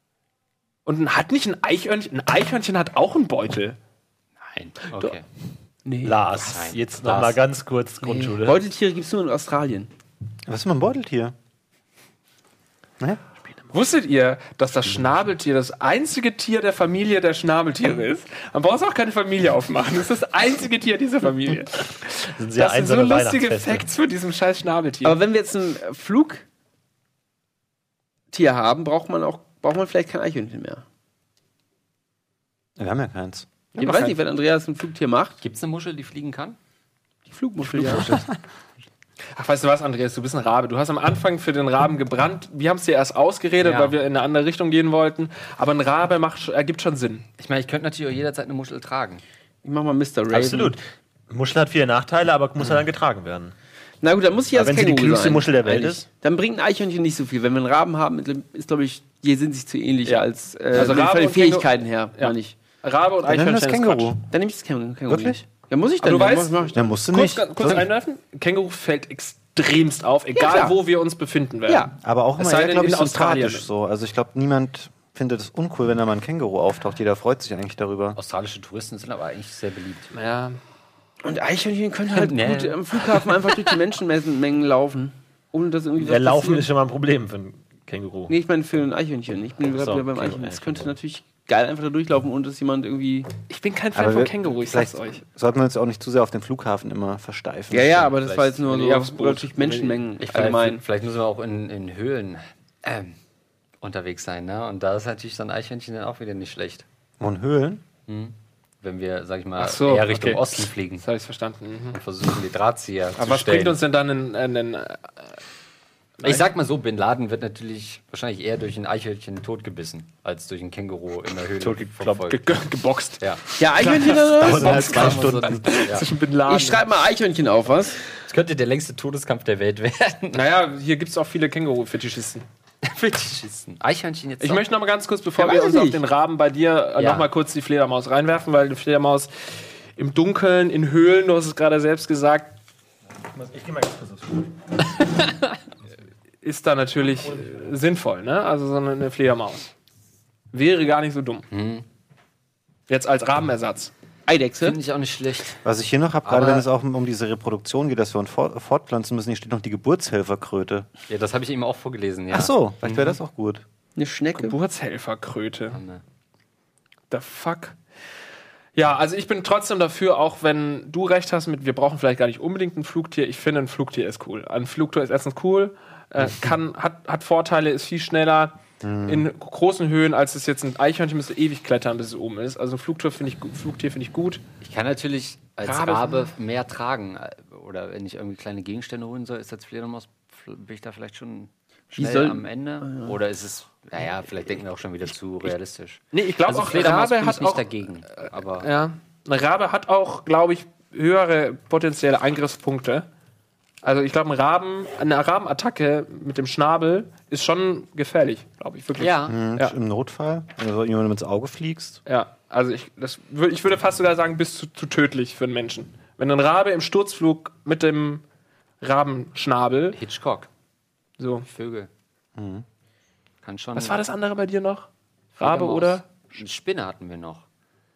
[SPEAKER 5] Und hat nicht ein Eichhörnchen hat auch einen Beutel.
[SPEAKER 3] Nein. Okay.
[SPEAKER 2] Nee.
[SPEAKER 1] Lars, jetzt noch mal ganz kurz Grundschule.
[SPEAKER 2] Beuteltiere gibt es nur in Australien.
[SPEAKER 4] Was ist mal ein Beuteltier? Ne?
[SPEAKER 5] Wusstet ihr, dass das Schnabeltier das einzige Tier der Familie der Schnabeltiere ist? Man braucht auch keine Familie aufmachen. Das ist das einzige Tier dieser Familie.
[SPEAKER 1] Sind sehr
[SPEAKER 5] Das sind so
[SPEAKER 1] einsame
[SPEAKER 5] lustige
[SPEAKER 1] Weihnachtsfeste.
[SPEAKER 5] Facts für diesen scheiß Schnabeltier.
[SPEAKER 2] Aber wenn wir jetzt ein Flugtier haben, braucht man vielleicht kein Eichhörnchen mehr.
[SPEAKER 4] Wir haben ja keins.
[SPEAKER 2] Ich weiß nicht, wenn Andreas ein Flugtier macht.
[SPEAKER 3] Gibt es eine Muschel, die fliegen kann?
[SPEAKER 2] Die Flugmuschel, ja.
[SPEAKER 5] Ach, weißt du was, Andreas, du bist ein Rabe. Du hast am Anfang für den Raben gebrannt. Wir haben es dir erst ausgeredet, weil wir in eine andere Richtung gehen wollten. Aber ein Rabe ergibt schon Sinn.
[SPEAKER 3] Ich meine, ich könnte natürlich auch jederzeit eine Muschel tragen.
[SPEAKER 2] Ich mach mal Mr. Raven.
[SPEAKER 1] Absolut. Muschel hat viele Nachteile, aber muss ja dann getragen werden.
[SPEAKER 2] Na gut, dann muss ich ja
[SPEAKER 1] Aber wenn sie die klügste Muschel der Welt ist?
[SPEAKER 2] Dann bringt ein Eichhörnchen nicht so viel. Wenn wir einen Raben haben, ist, glaube ich, die sind sich zu ähnlich
[SPEAKER 5] Ja.
[SPEAKER 2] als
[SPEAKER 5] Also
[SPEAKER 2] von
[SPEAKER 5] Rabe
[SPEAKER 2] den
[SPEAKER 5] und
[SPEAKER 2] Fähigkeiten her,
[SPEAKER 5] Ja.
[SPEAKER 2] meine ich.
[SPEAKER 5] Rabe und
[SPEAKER 4] Dann nimm
[SPEAKER 5] Eichhörnchen
[SPEAKER 4] das
[SPEAKER 5] ist
[SPEAKER 4] Känguru.
[SPEAKER 5] Quatsch.
[SPEAKER 2] Dann nehme ich das Känguru.
[SPEAKER 4] Wirklich?
[SPEAKER 2] Ja, muss ich
[SPEAKER 5] Aber
[SPEAKER 2] dann.
[SPEAKER 5] du
[SPEAKER 2] Ja,
[SPEAKER 5] weißt-
[SPEAKER 2] mach ich
[SPEAKER 4] Ja,
[SPEAKER 2] dann.
[SPEAKER 4] musst du
[SPEAKER 5] Kurz,
[SPEAKER 4] nicht.
[SPEAKER 5] kurz einwerfen. Känguru fällt extremst auf, egal
[SPEAKER 2] klar.
[SPEAKER 5] wo wir uns befinden werden.
[SPEAKER 2] Ja.
[SPEAKER 4] Aber auch
[SPEAKER 5] Es
[SPEAKER 4] immer
[SPEAKER 5] sei
[SPEAKER 4] eher,
[SPEAKER 5] denn,
[SPEAKER 4] glaube ich,
[SPEAKER 5] in Australien.
[SPEAKER 4] sympathisch so. Also ich glaube, niemand findet es uncool, wenn da mal ein Känguru auftaucht. Jeder freut sich eigentlich darüber.
[SPEAKER 3] Australische Touristen sind aber eigentlich sehr beliebt.
[SPEAKER 5] Ja.
[SPEAKER 2] Und Eichhörnchen können halt
[SPEAKER 3] Nee.
[SPEAKER 2] gut am Flughafen einfach durch die Menschenmengen laufen. Ohne dass irgendwie
[SPEAKER 1] Der Laufen
[SPEAKER 2] passiert.
[SPEAKER 1] ist schon mal ein Problem für ein Känguru.
[SPEAKER 2] Nee, ich meine für ein Eichhörnchen. Ich bin gerade
[SPEAKER 1] so,
[SPEAKER 2] wieder beim
[SPEAKER 1] Känguru,
[SPEAKER 2] Eichhörnchen. Das
[SPEAKER 1] ja,
[SPEAKER 2] könnte
[SPEAKER 1] Känguru.
[SPEAKER 2] natürlich geil einfach da durchlaufen, ohne dass jemand irgendwie...
[SPEAKER 5] Ich bin kein Fan
[SPEAKER 4] Aber
[SPEAKER 5] von
[SPEAKER 4] wir-
[SPEAKER 5] Känguru, ich
[SPEAKER 4] vielleicht
[SPEAKER 5] sag's euch.
[SPEAKER 4] sollten wir uns auch nicht zu sehr auf den Flughafen immer versteifen.
[SPEAKER 2] Ja, aber das war jetzt nur
[SPEAKER 5] wenn ihr aufs
[SPEAKER 2] so
[SPEAKER 5] Boot-
[SPEAKER 2] durch Menschenmengen
[SPEAKER 3] Vielleicht,
[SPEAKER 2] allgemein.
[SPEAKER 3] vielleicht müssen wir auch in Höhlen unterwegs sein, ne? Und da ist natürlich so ein Eichhörnchen dann auch wieder nicht schlecht.
[SPEAKER 4] Und Höhlen?
[SPEAKER 3] Wenn wir, sag ich mal,
[SPEAKER 5] Ach so,
[SPEAKER 3] eher Richtung
[SPEAKER 5] okay.
[SPEAKER 3] Osten fliegen
[SPEAKER 5] Das habe ich verstanden. Mhm.
[SPEAKER 3] und versuchen, die Drahtzieher
[SPEAKER 5] Aber
[SPEAKER 3] zu
[SPEAKER 5] was
[SPEAKER 3] stellen.
[SPEAKER 5] bringt uns denn dann einen
[SPEAKER 3] Ich sag mal so, Bin Laden wird natürlich wahrscheinlich eher durch ein Eichhörnchen totgebissen, als durch ein Känguru in der Höhle verfolgt.
[SPEAKER 5] geboxt?
[SPEAKER 3] Ja.
[SPEAKER 2] Ja, Eichhörnchen oder was?
[SPEAKER 1] Dauert halt 2
[SPEAKER 3] Kann man so
[SPEAKER 1] Stunden.
[SPEAKER 3] ja.
[SPEAKER 5] Zwischen Bin Laden.
[SPEAKER 2] Ich schreibe mal Eichhörnchen auf, was?
[SPEAKER 3] Das könnte der längste Todeskampf der Welt werden.
[SPEAKER 5] Naja, hier gibt es auch viele Känguru-Fetischisten.
[SPEAKER 3] Fetischisten. Eichhörnchen jetzt
[SPEAKER 5] Ich
[SPEAKER 3] doch?
[SPEAKER 5] möchte noch mal ganz kurz, bevor
[SPEAKER 2] Ja,
[SPEAKER 5] wir
[SPEAKER 2] weiß
[SPEAKER 5] uns
[SPEAKER 2] ich
[SPEAKER 5] auf
[SPEAKER 2] nicht.
[SPEAKER 5] den Raben bei dir
[SPEAKER 3] Ja.
[SPEAKER 5] noch mal kurz die Fledermaus reinwerfen, weil die Fledermaus im Dunkeln, in Höhlen, du hast es gerade selbst gesagt,
[SPEAKER 1] Ich geh mal ganz kurz aufs Klo.
[SPEAKER 5] ist da natürlich sinnvoll, ne? Also so eine Fledermaus. Wäre gar nicht so dumm. Jetzt als Rabenersatz.
[SPEAKER 2] Eidechse.
[SPEAKER 3] Finde ich auch nicht schlecht.
[SPEAKER 4] Was ich hier noch habe, gerade
[SPEAKER 3] Aber-
[SPEAKER 4] wenn es auch um diese Reproduktion geht, dass wir uns fortpflanzen müssen, hier steht noch die Geburtshelferkröte.
[SPEAKER 3] Ja, das habe ich eben auch vorgelesen, ja.
[SPEAKER 4] Ach so, vielleicht wäre das auch gut.
[SPEAKER 2] Eine Schnecke.
[SPEAKER 5] Geburtshelferkröte.
[SPEAKER 3] Ne.
[SPEAKER 5] The fuck? Ja, also ich bin trotzdem dafür, auch wenn du recht hast mit, wir brauchen vielleicht gar nicht unbedingt ein Flugtier. Ich finde, ein Flugtier ist cool. Ein Flugtier ist erstens cool, hat Vorteile, ist viel schneller in großen Höhen, als es jetzt ein Eichhörnchen müsste ewig klettern, bis es oben ist. Also ein Flugtier finde ich gut.
[SPEAKER 3] Ich kann natürlich als Rabe mehr tragen. Oder wenn ich irgendwie kleine Gegenstände holen soll, ist als Fledermaus, bin ich da vielleicht schon schnell am Ende? Oder ist es, naja, vielleicht denken wir auch schon wieder zu realistisch.
[SPEAKER 5] Nee, ich glaube
[SPEAKER 3] Also
[SPEAKER 5] auch,
[SPEAKER 3] Fledermaus
[SPEAKER 5] Rabe
[SPEAKER 3] bin
[SPEAKER 5] hat
[SPEAKER 3] ich nicht
[SPEAKER 5] auch
[SPEAKER 3] dagegen. Aber
[SPEAKER 5] Ja, eine Rabe hat auch, glaube ich, höhere potenzielle Eingriffspunkte. Also ich glaube, eine Rabenattacke mit dem Schnabel ist schon gefährlich, glaube ich, wirklich.
[SPEAKER 3] ja,
[SPEAKER 4] Im Notfall, wenn du jemandem ins Auge fliegst.
[SPEAKER 5] Ja, also ich würde fast sogar sagen, bis zu tödlich für einen Menschen. Wenn ein Rabe im Sturzflug mit dem Rabenschnabel,
[SPEAKER 3] Hitchcock,
[SPEAKER 5] so.
[SPEAKER 3] Vögel. Kann schon.
[SPEAKER 5] Was war das andere bei dir noch? Rabe
[SPEAKER 3] Fledermaus.
[SPEAKER 5] oder?
[SPEAKER 3] Spinne hatten wir noch.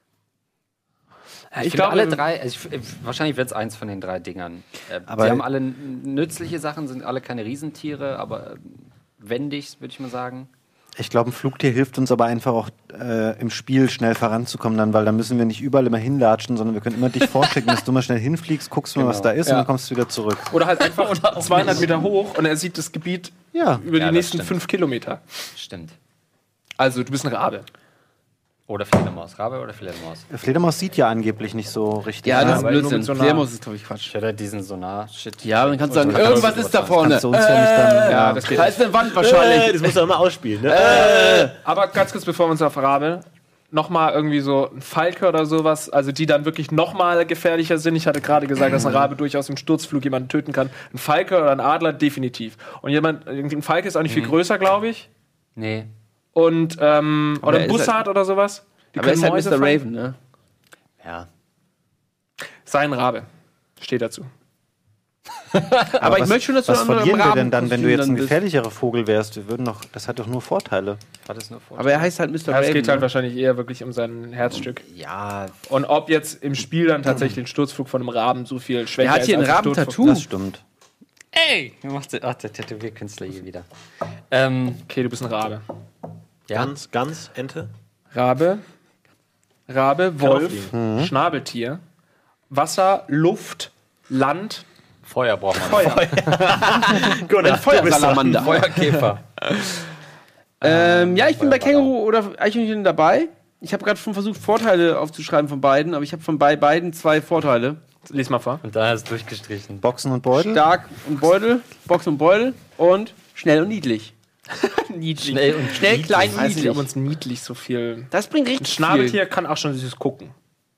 [SPEAKER 5] Ja,
[SPEAKER 3] Ich glaube, alle drei, wahrscheinlich wird es eins von den 3 Dingern.
[SPEAKER 4] Aber-
[SPEAKER 3] Sie haben alle nützliche Sachen, sind alle keine Riesentiere, aber wendig, würde ich mal sagen.
[SPEAKER 4] Ich glaube, ein Flugtier hilft uns aber einfach auch im Spiel schnell voranzukommen, dann, weil da müssen wir nicht überall immer hinlatschen, sondern wir können immer dich vorschicken, dass du mal schnell hinfliegst, guckst mal, was da ist und dann kommst du wieder zurück.
[SPEAKER 5] Oder halt einfach 200 Meter hoch und er sieht das Gebiet
[SPEAKER 4] Ja,
[SPEAKER 5] über die
[SPEAKER 3] das
[SPEAKER 5] nächsten
[SPEAKER 3] stimmt.
[SPEAKER 5] 5 Kilometer.
[SPEAKER 3] Stimmt.
[SPEAKER 5] Also du bist ein Rabe.
[SPEAKER 3] Oder Fledermaus. Rabe oder Fledermaus?
[SPEAKER 4] Fledermaus sieht ja angeblich nicht so richtig.
[SPEAKER 2] Ja, das ist
[SPEAKER 5] aber nur
[SPEAKER 2] Blödsinn.
[SPEAKER 5] mit Sonar.
[SPEAKER 2] Fledermaus ist, glaube ich, Quatsch.
[SPEAKER 3] Ich hätte diesen Sonar-Shit.
[SPEAKER 2] Ja, man kann sagen,
[SPEAKER 3] Und-
[SPEAKER 2] irgendwas ist da vorne.
[SPEAKER 4] Kannst du uns ja nicht dann,
[SPEAKER 5] Ja, das geht.
[SPEAKER 2] Da ist eine Wand wahrscheinlich.
[SPEAKER 1] Das musst du auch mal ausspielen, ne?
[SPEAKER 5] Aber ganz kurz, bevor wir uns auf Rabe, nochmal irgendwie so ein Falke oder sowas, also die dann wirklich nochmal gefährlicher sind. Ich hatte gerade gesagt, dass ein Rabe durchaus im Sturzflug jemanden töten kann. Ein Falke oder ein Adler definitiv. Und ein Falke ist auch nicht viel größer, glaube ich.
[SPEAKER 3] Nee.
[SPEAKER 5] Und, oder
[SPEAKER 2] er
[SPEAKER 5] ein
[SPEAKER 2] ist
[SPEAKER 5] Bussard oder sowas. Die
[SPEAKER 2] Aber er ist halt
[SPEAKER 5] Mäuse
[SPEAKER 2] Mr.
[SPEAKER 5] fangen.
[SPEAKER 2] Raven, ne?
[SPEAKER 3] Ja.
[SPEAKER 5] Sein Rabe. Steht dazu.
[SPEAKER 2] Aber ich möchte schon, dass du
[SPEAKER 4] was
[SPEAKER 2] an einem
[SPEAKER 4] verlieren wir denn dann, wenn du jetzt ein
[SPEAKER 2] bist.
[SPEAKER 4] gefährlicherer Vogel wärst? Wir würden noch, das hat doch nur Vorteile.
[SPEAKER 3] War das nur vor?
[SPEAKER 2] Aber er heißt halt Mr.
[SPEAKER 5] Ja, es
[SPEAKER 2] Raven.
[SPEAKER 5] geht halt
[SPEAKER 2] ne?
[SPEAKER 5] wahrscheinlich eher wirklich um sein Herzstück.
[SPEAKER 3] Ja,
[SPEAKER 5] Und ob jetzt im Spiel dann tatsächlich ein Sturzflug von einem Raben so viel schwächer
[SPEAKER 2] Er hat hier
[SPEAKER 5] ist
[SPEAKER 2] ein
[SPEAKER 5] als Sturzflug.
[SPEAKER 2] Rabentattoo.
[SPEAKER 4] Das stimmt.
[SPEAKER 3] ey! Ach, der Tätowierkünstler hier wieder.
[SPEAKER 5] Okay, du bist ein Rabe.
[SPEAKER 3] Ja.
[SPEAKER 1] Gans, Ente.
[SPEAKER 5] Rabe, Wolf,
[SPEAKER 1] fliegen.
[SPEAKER 5] Schnabeltier, Wasser, Luft, Land,
[SPEAKER 3] Feuer braucht man.
[SPEAKER 5] Feuer.
[SPEAKER 1] Gut, dann
[SPEAKER 2] Feuersalamander.
[SPEAKER 3] Feuerkäfer.
[SPEAKER 2] Ja, ich bin bei Känguru oder Eichhörnchen dabei. Ich habe gerade schon versucht, Vorteile aufzuschreiben von beiden, aber ich habe von beiden 2 Vorteile.
[SPEAKER 5] Lies mal vor.
[SPEAKER 3] Und da ist durchgestrichen.
[SPEAKER 4] Boxen und Beutel?
[SPEAKER 2] Stark und Beutel, Box und Beutel und schnell und niedlich.
[SPEAKER 5] Niedlich.
[SPEAKER 3] Schnell und
[SPEAKER 2] Schnell, klein
[SPEAKER 5] Ich
[SPEAKER 2] und
[SPEAKER 5] weiß nicht, ob
[SPEAKER 2] niedlich.
[SPEAKER 5] uns niedlich so viel...
[SPEAKER 2] Das bringt
[SPEAKER 5] Ein
[SPEAKER 2] richtig
[SPEAKER 5] Schnabeltier kann auch schon süß gucken.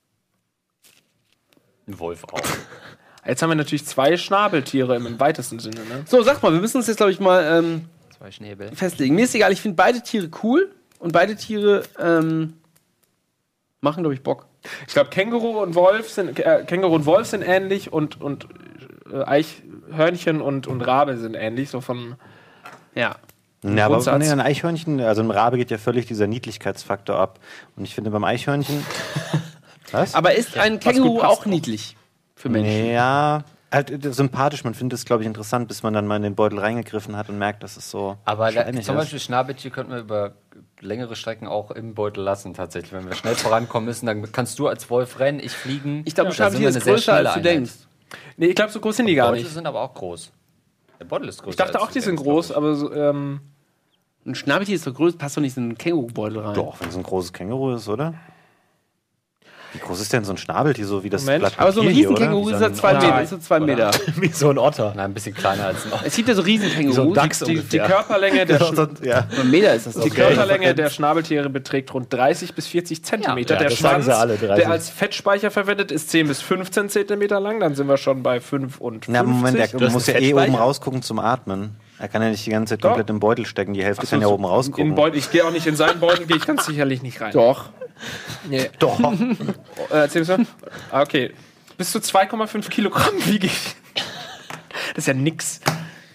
[SPEAKER 3] Ein Wolf auch.
[SPEAKER 5] Jetzt haben wir natürlich 2 Schnabeltiere im weitesten Sinne, ne?
[SPEAKER 2] viel. So, sag mal, wir müssen uns jetzt, glaube ich, mal
[SPEAKER 3] 2 Schnäbel.
[SPEAKER 2] festlegen. Mir ist egal, ich finde beide Tiere cool und beide Tiere machen, glaube ich, Bock.
[SPEAKER 5] Ich glaube, Känguru und Wolf sind ähnlich und Eichhörnchen und Rabe sind ähnlich, so von...
[SPEAKER 2] Ja.
[SPEAKER 4] Ja, aber
[SPEAKER 5] Grundsatz.
[SPEAKER 4] ein Eichhörnchen, also im Rabe geht ja völlig dieser Niedlichkeitsfaktor ab. Und ich finde beim Eichhörnchen. Was?
[SPEAKER 2] Aber ist ein
[SPEAKER 5] was gut
[SPEAKER 2] Känguru
[SPEAKER 5] passt
[SPEAKER 2] auch niedlich für Menschen?
[SPEAKER 4] Ja, halt sympathisch. Man findet es, glaube ich, interessant, bis man dann mal in den Beutel reingegriffen hat und merkt, dass es so.
[SPEAKER 3] Aber
[SPEAKER 4] steinig
[SPEAKER 3] zum
[SPEAKER 4] ist.
[SPEAKER 3] Beispiel Schnabeltier könnten wir über längere Strecken auch im Beutel lassen, tatsächlich. Wenn wir schnell vorankommen müssen, dann kannst du als Wolf rennen, ich fliegen.
[SPEAKER 2] Ich glaube,
[SPEAKER 3] Da sind
[SPEAKER 2] Schnabeltier
[SPEAKER 3] wir
[SPEAKER 2] ist
[SPEAKER 3] eine sehr
[SPEAKER 2] größer, als du
[SPEAKER 3] schnelle
[SPEAKER 2] denkst.
[SPEAKER 5] Nee, ich glaube, so groß sind die gar
[SPEAKER 3] Beutel
[SPEAKER 5] nicht.
[SPEAKER 3] sind aber auch groß. Der Beutel ist größer.
[SPEAKER 5] Ich dachte
[SPEAKER 3] als
[SPEAKER 5] auch,
[SPEAKER 3] du
[SPEAKER 5] die sind
[SPEAKER 3] denkst,
[SPEAKER 5] groß,
[SPEAKER 3] glaub
[SPEAKER 5] aber so,
[SPEAKER 2] Ein Schnabeltier ist doch größer, passt doch nicht in einen Kängurubeutel rein.
[SPEAKER 4] Doch, wenn es ein großes Känguru ist, oder? Wie groß ist denn so ein Schnabeltier, so wie das
[SPEAKER 5] Moment.
[SPEAKER 4] Blatt
[SPEAKER 2] Aber so ein
[SPEAKER 4] Papier hier,
[SPEAKER 2] Riesenkänguru
[SPEAKER 4] oder?
[SPEAKER 2] ist ja 2
[SPEAKER 5] Nein.
[SPEAKER 2] Meter. Ist so 2 Meter.
[SPEAKER 1] Wie so ein Otter.
[SPEAKER 3] ich. Nein, ein bisschen kleiner als ein
[SPEAKER 2] Es gibt ja so Riesenkängurus.
[SPEAKER 1] So ein Dachs
[SPEAKER 5] die
[SPEAKER 1] ungefähr.
[SPEAKER 5] Körperlänge der
[SPEAKER 4] Ja.
[SPEAKER 2] So ein Meter ist das
[SPEAKER 5] Die
[SPEAKER 2] doch.
[SPEAKER 5] Körperlänge der Schnabeltiere beträgt rund 30 bis 40 Zentimeter.
[SPEAKER 1] Ja,
[SPEAKER 5] der
[SPEAKER 1] das sagen
[SPEAKER 5] Schwanz,
[SPEAKER 1] sie alle, 30.
[SPEAKER 5] der als Fettspeicher verwendet, ist 10 bis 15 Zentimeter lang. Dann sind wir schon bei 55.
[SPEAKER 4] Na, Moment, er
[SPEAKER 1] hast
[SPEAKER 4] muss ja
[SPEAKER 1] einen
[SPEAKER 4] eh
[SPEAKER 1] Fettspeicher?
[SPEAKER 4] oben rausgucken zum Atmen. Er kann ja nicht die ganze Zeit
[SPEAKER 5] Doch.
[SPEAKER 4] komplett im Beutel stecken. Die Hälfte kann ja oben
[SPEAKER 5] in
[SPEAKER 4] rausgucken.
[SPEAKER 5] Beutel, ich gehe auch nicht in seinen Beutel, gehe ich ganz sicherlich nicht rein.
[SPEAKER 2] Doch.
[SPEAKER 5] Nee.
[SPEAKER 4] Doch.
[SPEAKER 5] Erzählst du? Okay. Bis zu 2,5 Kilogramm wiege ich. Das ist ja nix.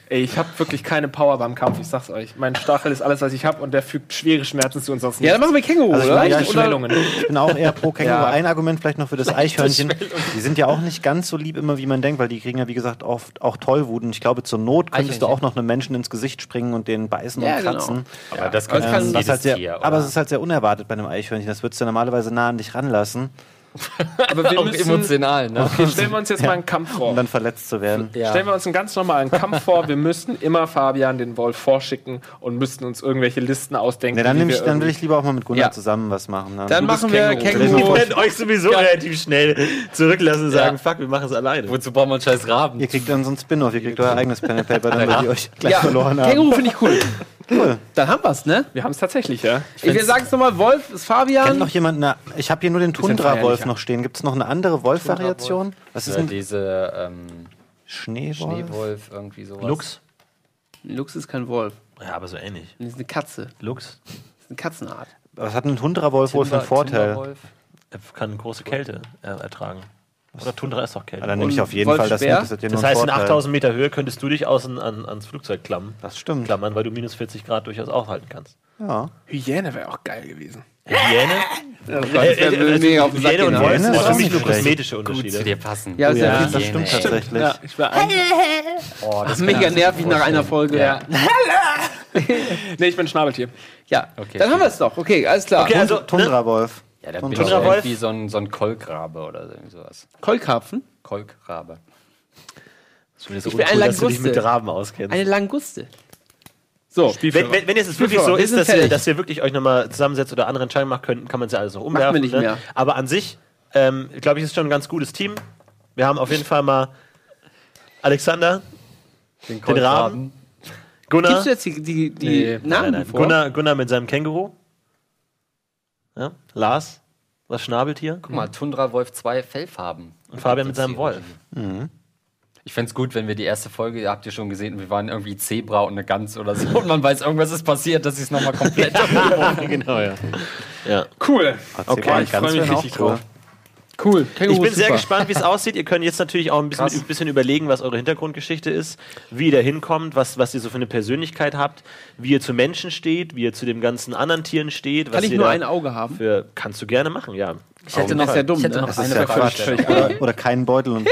[SPEAKER 5] Ey, ich habe wirklich keine Power beim Kampf, ich sag's euch. Mein Stachel ist alles, was ich habe und der fügt schwere Schmerzen zu uns aus.
[SPEAKER 2] Ja, dann machen wir Känguru,
[SPEAKER 4] Also
[SPEAKER 2] oder?
[SPEAKER 4] ja,
[SPEAKER 5] Leichte Schwellungen.
[SPEAKER 4] Ich bin auch eher pro Känguru.
[SPEAKER 5] Ja.
[SPEAKER 4] Ein Argument vielleicht noch für das Eichhörnchen. Die sind ja auch nicht ganz so lieb immer, wie man denkt, weil die kriegen ja, wie gesagt, oft auch Tollwut. Und ich glaube, zur Not könntest du auch noch einem Menschen ins Gesicht springen und den beißen und kratzen.
[SPEAKER 3] Genau. Aber das
[SPEAKER 2] kann
[SPEAKER 3] kann
[SPEAKER 4] Das ist halt
[SPEAKER 3] Tier,
[SPEAKER 4] sehr,
[SPEAKER 3] oder?
[SPEAKER 4] aber es ist halt sehr unerwartet bei einem Eichhörnchen. Das würdest du ja normalerweise nah an dich ranlassen,
[SPEAKER 5] Aber wir
[SPEAKER 3] auch
[SPEAKER 5] müssen,
[SPEAKER 3] emotional, ne?
[SPEAKER 5] okay, stellen wir uns jetzt mal einen Kampf vor.
[SPEAKER 4] um dann verletzt zu werden.
[SPEAKER 3] Ja.
[SPEAKER 5] Stellen wir uns einen ganz normalen Kampf vor. Wir müssten immer Fabian den Wolf vorschicken und müssten uns irgendwelche Listen ausdenken.
[SPEAKER 4] Ne, dann,
[SPEAKER 5] die wir
[SPEAKER 4] dann will
[SPEAKER 5] irgendwie-
[SPEAKER 4] ich lieber auch mal mit Gunnar
[SPEAKER 2] Ja.
[SPEAKER 4] zusammen was machen. Ne?
[SPEAKER 2] Dann
[SPEAKER 5] Du bist
[SPEAKER 2] machen wir
[SPEAKER 5] Känguru.
[SPEAKER 2] Känguru.
[SPEAKER 1] Wir werden euch sowieso relativ schnell zurücklassen und sagen, fuck, wir machen es alleine.
[SPEAKER 3] Wozu braucht man scheiß Raben?
[SPEAKER 4] Ihr kriegt dann so ein Spin-off, ihr kriegt euer eigenes Pen and Paper, dann, weil die euch gleich
[SPEAKER 2] Ja,
[SPEAKER 4] verloren haben.
[SPEAKER 2] Känguru finde ich cool.
[SPEAKER 4] Cool.
[SPEAKER 2] Dann haben wir's, ne?
[SPEAKER 5] Wir haben es tatsächlich, ja.
[SPEAKER 2] Wir sagen es nochmal, Wolf ist Fabian.
[SPEAKER 4] Kennt noch jemand, ich habe hier nur den Tundra-Wolf
[SPEAKER 5] feierlicher.
[SPEAKER 4] noch stehen. Gibt es noch eine andere Wolf-Variation? Was ist
[SPEAKER 3] Oder
[SPEAKER 4] denn
[SPEAKER 3] diese
[SPEAKER 4] Schneewolf?
[SPEAKER 3] Schneewolf, irgendwie sowas.
[SPEAKER 1] Lux?
[SPEAKER 2] Lux ist kein Wolf.
[SPEAKER 1] Ja, aber so ähnlich.
[SPEAKER 2] Das ist eine Katze.
[SPEAKER 1] Lux
[SPEAKER 2] Das ist eine Katzenart.
[SPEAKER 4] Was hat ein Tundra-Wolf wohl für einen Vorteil?
[SPEAKER 3] Timberwolf.
[SPEAKER 1] kann große Kälte ertragen. Oder Tundra ist doch Kälte.
[SPEAKER 4] Dann nehme ich
[SPEAKER 2] Und
[SPEAKER 4] auf jeden
[SPEAKER 2] Wolf
[SPEAKER 4] Fall das
[SPEAKER 2] schwer?
[SPEAKER 4] mit. Das hat ja nur
[SPEAKER 1] Das
[SPEAKER 4] einen
[SPEAKER 1] heißt, in
[SPEAKER 4] Vorteil.
[SPEAKER 1] 8000 Meter Höhe könntest du dich außen ans Flugzeug klammern,
[SPEAKER 4] Das stimmt.
[SPEAKER 1] weil du minus 40 Grad durchaus aufhalten kannst.
[SPEAKER 4] Ja.
[SPEAKER 5] Hyäne wäre auch geil gewesen.
[SPEAKER 1] Hyäne?
[SPEAKER 2] Mega auf den Sack
[SPEAKER 1] Hyäne und
[SPEAKER 2] gehen,
[SPEAKER 1] Wolf
[SPEAKER 4] Hyäne
[SPEAKER 1] sind
[SPEAKER 4] ist
[SPEAKER 1] für
[SPEAKER 4] auch
[SPEAKER 1] mich
[SPEAKER 4] nicht
[SPEAKER 1] nur
[SPEAKER 4] schlecht.
[SPEAKER 1] kosmetische
[SPEAKER 3] Gut zu
[SPEAKER 1] Unterschiede.
[SPEAKER 3] dir passen.
[SPEAKER 2] Ja, ist ja,
[SPEAKER 4] Ja,
[SPEAKER 2] viel
[SPEAKER 4] das
[SPEAKER 2] zu
[SPEAKER 4] stimmt
[SPEAKER 3] Hyäne.
[SPEAKER 4] tatsächlich.
[SPEAKER 5] Ja, ich war
[SPEAKER 3] Oh, das
[SPEAKER 2] mega nervig nach einer Folge.
[SPEAKER 5] Ja. Nee, ich bin Schnabeltier.
[SPEAKER 2] Ja,
[SPEAKER 3] Okay.
[SPEAKER 2] dann haben wir es doch. Okay, alles klar.
[SPEAKER 1] Okay, also,
[SPEAKER 4] Tundra-Wolf.
[SPEAKER 3] Ja, der
[SPEAKER 4] Und
[SPEAKER 3] bin ich
[SPEAKER 1] Tundra-Wolf?
[SPEAKER 3] irgendwie so ein Kolkrabe oder irgendwie sowas.
[SPEAKER 2] Keulkarpfen.
[SPEAKER 3] Kolkrabe.
[SPEAKER 1] Das ist so
[SPEAKER 2] Ich bin ein
[SPEAKER 1] uncool, dass du dich
[SPEAKER 2] Languste.
[SPEAKER 1] mit Raben auskennst.
[SPEAKER 2] Eine Languste. So,
[SPEAKER 1] Wenn jetzt es wirklich so
[SPEAKER 2] wir
[SPEAKER 1] ist,
[SPEAKER 2] sind fertig.
[SPEAKER 1] dass ihr wirklich euch nochmal zusammensetzt oder andere Entscheidungen machen könnt, kann man es ja alles noch umwerfen.
[SPEAKER 2] wir nicht
[SPEAKER 1] ne?
[SPEAKER 2] mehr.
[SPEAKER 1] Aber an sich, glaube ich, ist schon ein ganz gutes Team. Wir haben auf jeden Fall mal Alexander,
[SPEAKER 3] Den
[SPEAKER 1] Raben. Gunnar,
[SPEAKER 2] gibst du jetzt die
[SPEAKER 5] Nee,
[SPEAKER 2] Namen vor?
[SPEAKER 1] Gunnar mit seinem Känguru. Ja? Lars, das Schnabeltier.
[SPEAKER 3] Guck mal, Tundra-Wolf 2 Fellfarben.
[SPEAKER 1] Und Fabian mit seinem Wolf.
[SPEAKER 3] Ich fände es gut, wenn wir die erste Folge, ihr habt ja schon gesehen, wir waren irgendwie Zebra und eine Gans oder so und man weiß, irgendwas ist passiert, dass ich es nochmal komplett
[SPEAKER 1] Genau, ja.
[SPEAKER 5] Cool.
[SPEAKER 4] Okay,
[SPEAKER 5] ich freue mich richtig drauf.
[SPEAKER 2] Cool.
[SPEAKER 1] Ich
[SPEAKER 2] Känguru
[SPEAKER 1] bin
[SPEAKER 2] ist
[SPEAKER 1] sehr
[SPEAKER 2] super.
[SPEAKER 1] gespannt, wie es aussieht. Ihr könnt jetzt natürlich auch ein bisschen überlegen, was eure Hintergrundgeschichte ist, wie ihr da hinkommt, was ihr so für eine Persönlichkeit habt, wie ihr zu Menschen steht, wie ihr zu den ganzen anderen Tieren steht.
[SPEAKER 2] Kann ich nur ein Auge haben?
[SPEAKER 1] Kannst du gerne machen, ja.
[SPEAKER 3] Ich hätte noch,
[SPEAKER 2] Das ist ja dumm,
[SPEAKER 3] ich hätte
[SPEAKER 2] ne?
[SPEAKER 3] noch
[SPEAKER 4] Das ist
[SPEAKER 3] eine
[SPEAKER 4] ja Quatsch.
[SPEAKER 3] Frage.
[SPEAKER 4] Oder keinen Beutel. Und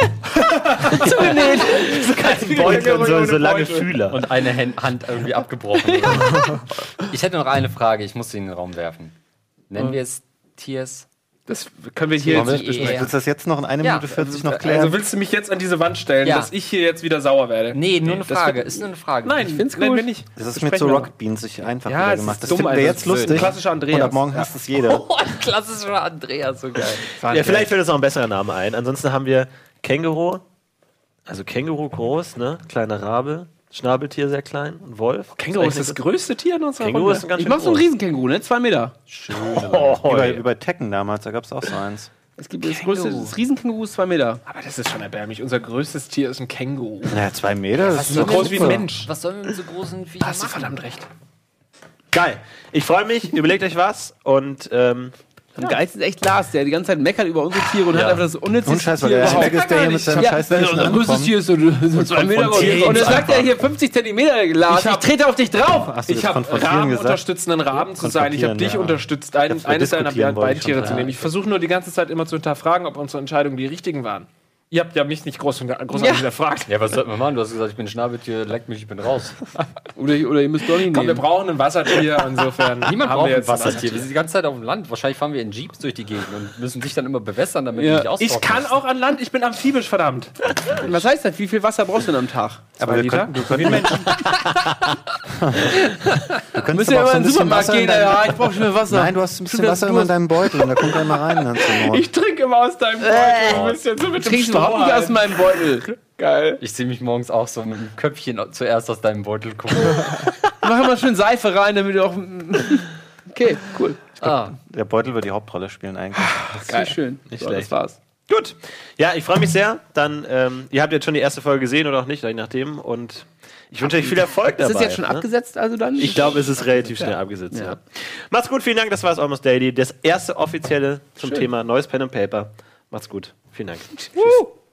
[SPEAKER 1] Beutel und so lange Fühler.
[SPEAKER 3] Und eine Hand irgendwie abgebrochen. Ich hätte noch eine Frage, ich muss sie in den Raum werfen. Nennen wir es Tiers?
[SPEAKER 5] Das können wir hier
[SPEAKER 3] Wollen
[SPEAKER 5] jetzt
[SPEAKER 3] wir-
[SPEAKER 5] nicht besprechen.
[SPEAKER 4] willst du das jetzt noch in 1
[SPEAKER 3] Ja,
[SPEAKER 4] Minute 40 noch
[SPEAKER 5] Also
[SPEAKER 4] klären?
[SPEAKER 5] willst du mich jetzt an diese Wand stellen,
[SPEAKER 3] Ja.
[SPEAKER 5] dass ich hier jetzt wieder sauer werde?
[SPEAKER 3] Nee, nur eine
[SPEAKER 5] das
[SPEAKER 3] Frage.
[SPEAKER 5] wird-
[SPEAKER 3] Ist nur eine Frage.
[SPEAKER 5] Nein,
[SPEAKER 2] Ich find's
[SPEAKER 5] nennen
[SPEAKER 2] gut.
[SPEAKER 5] wir nicht.
[SPEAKER 4] Das ist
[SPEAKER 5] Das
[SPEAKER 4] mit so
[SPEAKER 5] sprechen wir
[SPEAKER 4] Rocket Beans sich einfach
[SPEAKER 5] Ja,
[SPEAKER 4] wieder
[SPEAKER 5] es
[SPEAKER 4] gemacht.
[SPEAKER 5] ist
[SPEAKER 4] Das
[SPEAKER 5] dumm,
[SPEAKER 4] finden wir
[SPEAKER 5] Alter.
[SPEAKER 4] jetzt
[SPEAKER 5] Das ist
[SPEAKER 4] lustig.
[SPEAKER 5] klassischer Andreas.
[SPEAKER 4] Und ab morgen hasst es jeder.
[SPEAKER 3] Oh, ein klassischer Andreas, so geil.
[SPEAKER 1] Ja, vielleicht fällt uns noch ein besserer Name ein. Ansonsten haben wir Känguru, also Känguru groß, ne? Kleiner Rabe, Schnabeltier sehr klein und Wolf.
[SPEAKER 5] Känguru ist das größte Tier in unserer
[SPEAKER 1] Känguru ist ein
[SPEAKER 5] Runde.
[SPEAKER 1] ganz
[SPEAKER 2] Ich
[SPEAKER 1] schön
[SPEAKER 2] mach so einen
[SPEAKER 1] groß.
[SPEAKER 2] Riesenkänguru, ne? 2 Meter.
[SPEAKER 4] Wie bei Tekken damals, da gab es auch so eins.
[SPEAKER 2] Es gibt das größte, das Riesenkänguru ist 2 Meter.
[SPEAKER 5] Aber das ist schon erbärmlich. Unser größtes Tier ist ein Känguru.
[SPEAKER 4] Naja, 2 Meter, das ist
[SPEAKER 5] so
[SPEAKER 4] doch
[SPEAKER 5] groß wie ein
[SPEAKER 4] super.
[SPEAKER 5] Mensch.
[SPEAKER 3] Was sollen wir mit so großen Viechern
[SPEAKER 5] Hast du
[SPEAKER 3] machen?
[SPEAKER 5] verdammt recht.
[SPEAKER 1] Geil. Ich freue mich, überlegt euch was und
[SPEAKER 2] Am geilsten ist echt Lars, der die ganze Zeit meckert über unsere Tiere und hat einfach das
[SPEAKER 4] Und
[SPEAKER 2] unnützeste
[SPEAKER 4] Scheiß, weil
[SPEAKER 2] Tier
[SPEAKER 4] der
[SPEAKER 2] überhaupt.
[SPEAKER 4] Schmeck ist der hier mit seinem
[SPEAKER 2] Ja,
[SPEAKER 4] scheiß
[SPEAKER 2] unser
[SPEAKER 4] Fischen
[SPEAKER 2] größtes
[SPEAKER 4] ankommt.
[SPEAKER 2] Tier ist so 2 Meter groß.
[SPEAKER 1] Tier
[SPEAKER 2] Und er sagt ja
[SPEAKER 1] einfach.
[SPEAKER 2] hier 50 Zentimeter, Lars. Ich trete auf dich drauf.
[SPEAKER 4] Hast du
[SPEAKER 5] Ich
[SPEAKER 4] jetzt
[SPEAKER 5] habe
[SPEAKER 4] konfrontieren
[SPEAKER 5] Raben
[SPEAKER 4] gesagt?
[SPEAKER 5] unterstützenden Raben zu sein. Ich habe
[SPEAKER 4] Konfrontieren,
[SPEAKER 5] dich
[SPEAKER 4] ja.
[SPEAKER 5] unterstützt, eines deiner
[SPEAKER 4] diskutieren wollte
[SPEAKER 5] beiden
[SPEAKER 4] ich
[SPEAKER 5] Tiere
[SPEAKER 4] schon.
[SPEAKER 5] zu nehmen. Ich versuche nur die ganze Zeit immer zu hinterfragen, ob unsere Entscheidungen die richtigen waren. Ihr habt ja mich nicht großartig hinterfragt.
[SPEAKER 3] Ja, was sollten wir machen? Du hast gesagt, ich bin ein Schnabeltier, leck mich, ich bin raus.
[SPEAKER 2] Oder ihr müsst Donny
[SPEAKER 5] Komm, wir
[SPEAKER 2] nehmen.
[SPEAKER 5] brauchen ein Wassertier, insofern
[SPEAKER 3] Niemand
[SPEAKER 5] haben
[SPEAKER 3] braucht
[SPEAKER 5] wir
[SPEAKER 3] ein
[SPEAKER 5] jetzt
[SPEAKER 3] Wassertier. Wir sind die ganze Zeit auf dem Land. Wahrscheinlich fahren wir in Jeeps durch die Gegend und müssen dich dann immer bewässern, damit
[SPEAKER 2] Ja.
[SPEAKER 3] du nicht austrocknest.
[SPEAKER 5] Ich kann auch an Land, ich bin amphibisch, verdammt.
[SPEAKER 2] Was heißt das? Wie viel Wasser brauchst du denn am Tag?
[SPEAKER 4] Aber wir
[SPEAKER 5] Liter?
[SPEAKER 4] könnten, wir könnten
[SPEAKER 2] Müsst ihr
[SPEAKER 4] aber auch
[SPEAKER 2] aber
[SPEAKER 4] so
[SPEAKER 2] in
[SPEAKER 4] ein
[SPEAKER 2] den
[SPEAKER 4] bisschen
[SPEAKER 2] Supermarkt
[SPEAKER 4] Wasser in
[SPEAKER 2] gehen,
[SPEAKER 4] deinem...
[SPEAKER 2] ja, ich brauch schon mehr Wasser.
[SPEAKER 4] Nein, du hast ein bisschen
[SPEAKER 2] Stimmt,
[SPEAKER 4] Wasser
[SPEAKER 2] das
[SPEAKER 4] immer in
[SPEAKER 2] Durst.
[SPEAKER 4] deinem Beutel und da kommt er immer rein dann zur Not.
[SPEAKER 5] Ich trinke immer aus deinem Beutel. Du bist jetzt so mit dem
[SPEAKER 2] Trinkst du überhaupt nicht aus meinem Beutel.
[SPEAKER 5] Geil.
[SPEAKER 3] Ich sehe mich morgens auch so mit dem Köpfchen zuerst aus deinem Beutel gucken.
[SPEAKER 2] Mach immer schön Seife rein, damit du auch... Okay, cool.
[SPEAKER 4] Der Beutel wird die Hauptrolle spielen eigentlich.
[SPEAKER 2] Sehr schön.
[SPEAKER 1] Nicht
[SPEAKER 2] So,
[SPEAKER 1] schlecht.
[SPEAKER 2] das war's.
[SPEAKER 1] gut. Ja, ich freue mich sehr. Dann, ihr habt jetzt schon die erste Folge gesehen oder auch nicht, je nachdem. Und ich wünsche euch viel Erfolg dabei.
[SPEAKER 2] Ist das jetzt schon
[SPEAKER 1] ne?
[SPEAKER 2] abgesetzt also dann?
[SPEAKER 1] Ich glaube, es ist relativ schnell abgesetzt. Ja. Macht's gut, vielen Dank. Das war es Almost Daily. Das erste offizielle zum Thema neues Pen and Paper. Macht's gut. Vielen Dank. Tschüss.